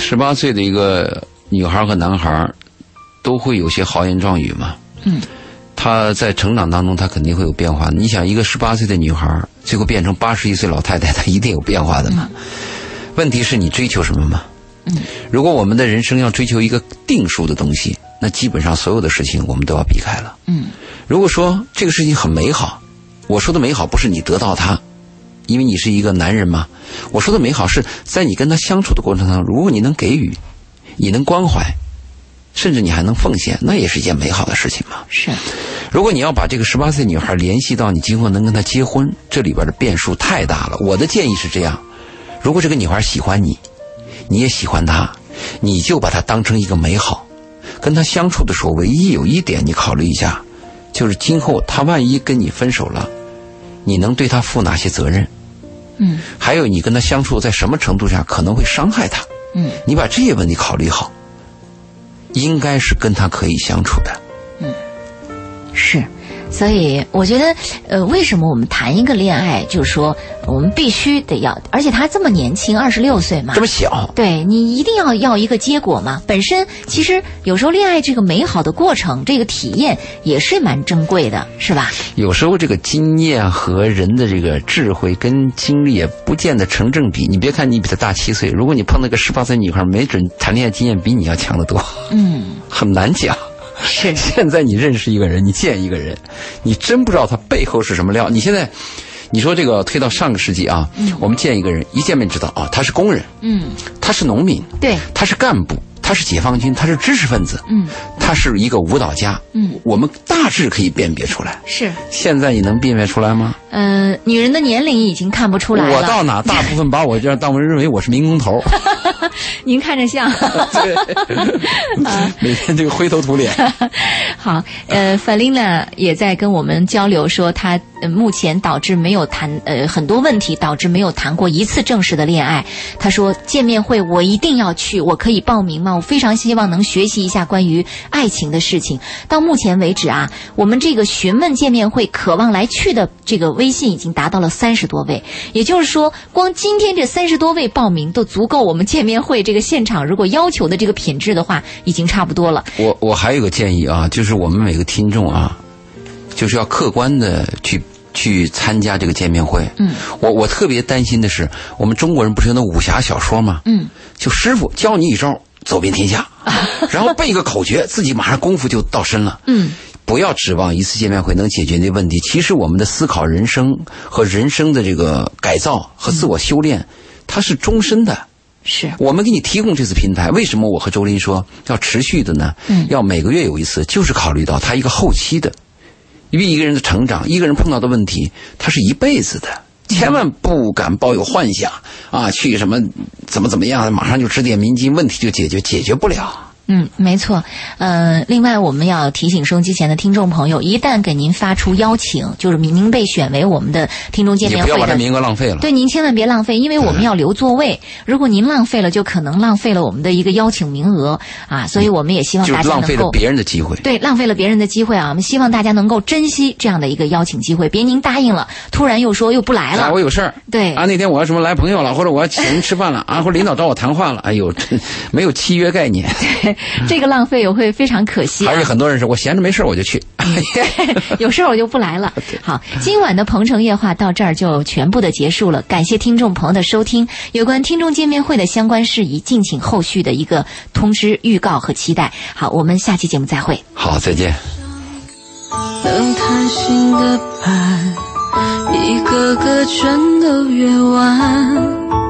18岁的一个女孩和男孩都会有些豪言壮语嘛。她在成长当中，她肯定会有变化。你想，一个18岁的女孩最后变成81岁老太太，她一定有变化的嘛。问题是你追求什么嘛？如果我们的人生要追求一个定数的东西，那基本上所有的事情我们都要避开了。如果说这个事情很美好，我说的美好不是你得到它，因为你是一个男人嘛。我说的美好是在你跟他相处的过程当中，如果你能给予，你能关怀，甚至你还能奉献，那也是一件美好的事情嘛。 是。 如果你要把这个18岁女孩联系到你今后能跟她结婚，这里边的变数太大了。我的建议是这样，如果这个女孩喜欢你，你也喜欢她，你就把她当成一个美好。跟她相处的时候，唯一有一点你考虑一下，就是今后她万一跟你分手了，你能对她负哪些责任？还有你跟她相处在什么程度上可能会伤害她？你把这些问题考虑好，应该是跟她可以相处的。 是。所以我觉得为什么我们谈一个恋爱，就是说我们必须得要，而且他这么年轻，26岁嘛， 这么小， 对，你一定要一个结果嘛。本身其实有时候恋爱这个美好的过程，这个体验也是蛮珍贵的，是吧？ 有时候这个经验和人的这个智慧跟经历也不见得成正比。你别看你比他大7岁，如果你碰到个18岁女孩，没准谈恋爱经验比你要强得多。很难讲。 是， 现在你认识一个人，你见一个人，你真不知道他背后是什么料。你现在你说这个推到上个世纪啊，我们见一个人，一见面知道啊，他是工人，他是农民， 对， 他是干部，他是解放军，他是知识分子，他是一个舞蹈家，我们大致可以辨别出来。 是。现在你能辨别出来吗？ 女人的年龄已经看不出来了。 我到哪大部分把我这样当认为我是民工头。 您看着像。 对。每天这个灰头土脸。 好，法琳娜也在跟我们交流说，她目前导致没有谈很多问题，导致没有谈过一次正式的恋爱。她说见面会我一定要去，我可以报名吗？我非常希望能学习一下关于爱情的事情。到目前为止啊，我们这个询问见面会渴望来去的这个微信已经达到了30多位，也就是说光今天这30多位报名都足够我们见面会这个现场如果要求的这个品质的话已经差不多了。 我还有个建议啊，就是我们每个听众啊，就是要客观的去参加这个见面会。我特别担心的是，我们中国人不是有那武侠小说吗？就师傅教你一招走遍天下，然后背一个口诀，自己马上功夫就到身了。不要指望一次见面会能解决这问题。其实我们的思考人生和人生的这个改造和自我修炼，它是终身的。 是我们给你提供这次平台。为什么我和周林说要持续的呢？要每个月有一次，就是考虑到他一个后期的，因为一个人的成长，一个人碰到的问题，他是一辈子的。千万不敢抱有幻想啊，去什么怎么样，马上就指点迷津，问题就解决不了。 没错。另外我们要提醒收音机前的听众朋友，一旦给您发出邀请，就是您被选为我们的听众见面会的， 你不要把这名额浪费了。 对，您千万别浪费，因为我们要留座位。如果您浪费了，就可能浪费了我们的一个邀请名额啊。所以我们也希望大家能够， 就浪费了别人的机会。 对，浪费了别人的机会啊。我们希望大家能够珍惜这样的一个邀请机会，别您答应了，突然又说又不来了。 我有事儿。 对啊，那天我要什么来朋友了，或者我要请人吃饭了啊，或者领导找我谈话了，哎呦，没有契约概念。 对，这个浪费也会非常可惜。 还是很多人是我闲着没事我就去。 对，有事我就不来了。好，今晚的鹏城夜话到这儿就全部的结束了，感谢听众朋友的收听。有关听众见面会的相关事宜，敬请后续的一个通知、预告和期待。好，我们下期节目再会。 好，再见。 等贪心的盼，一个个全都约完。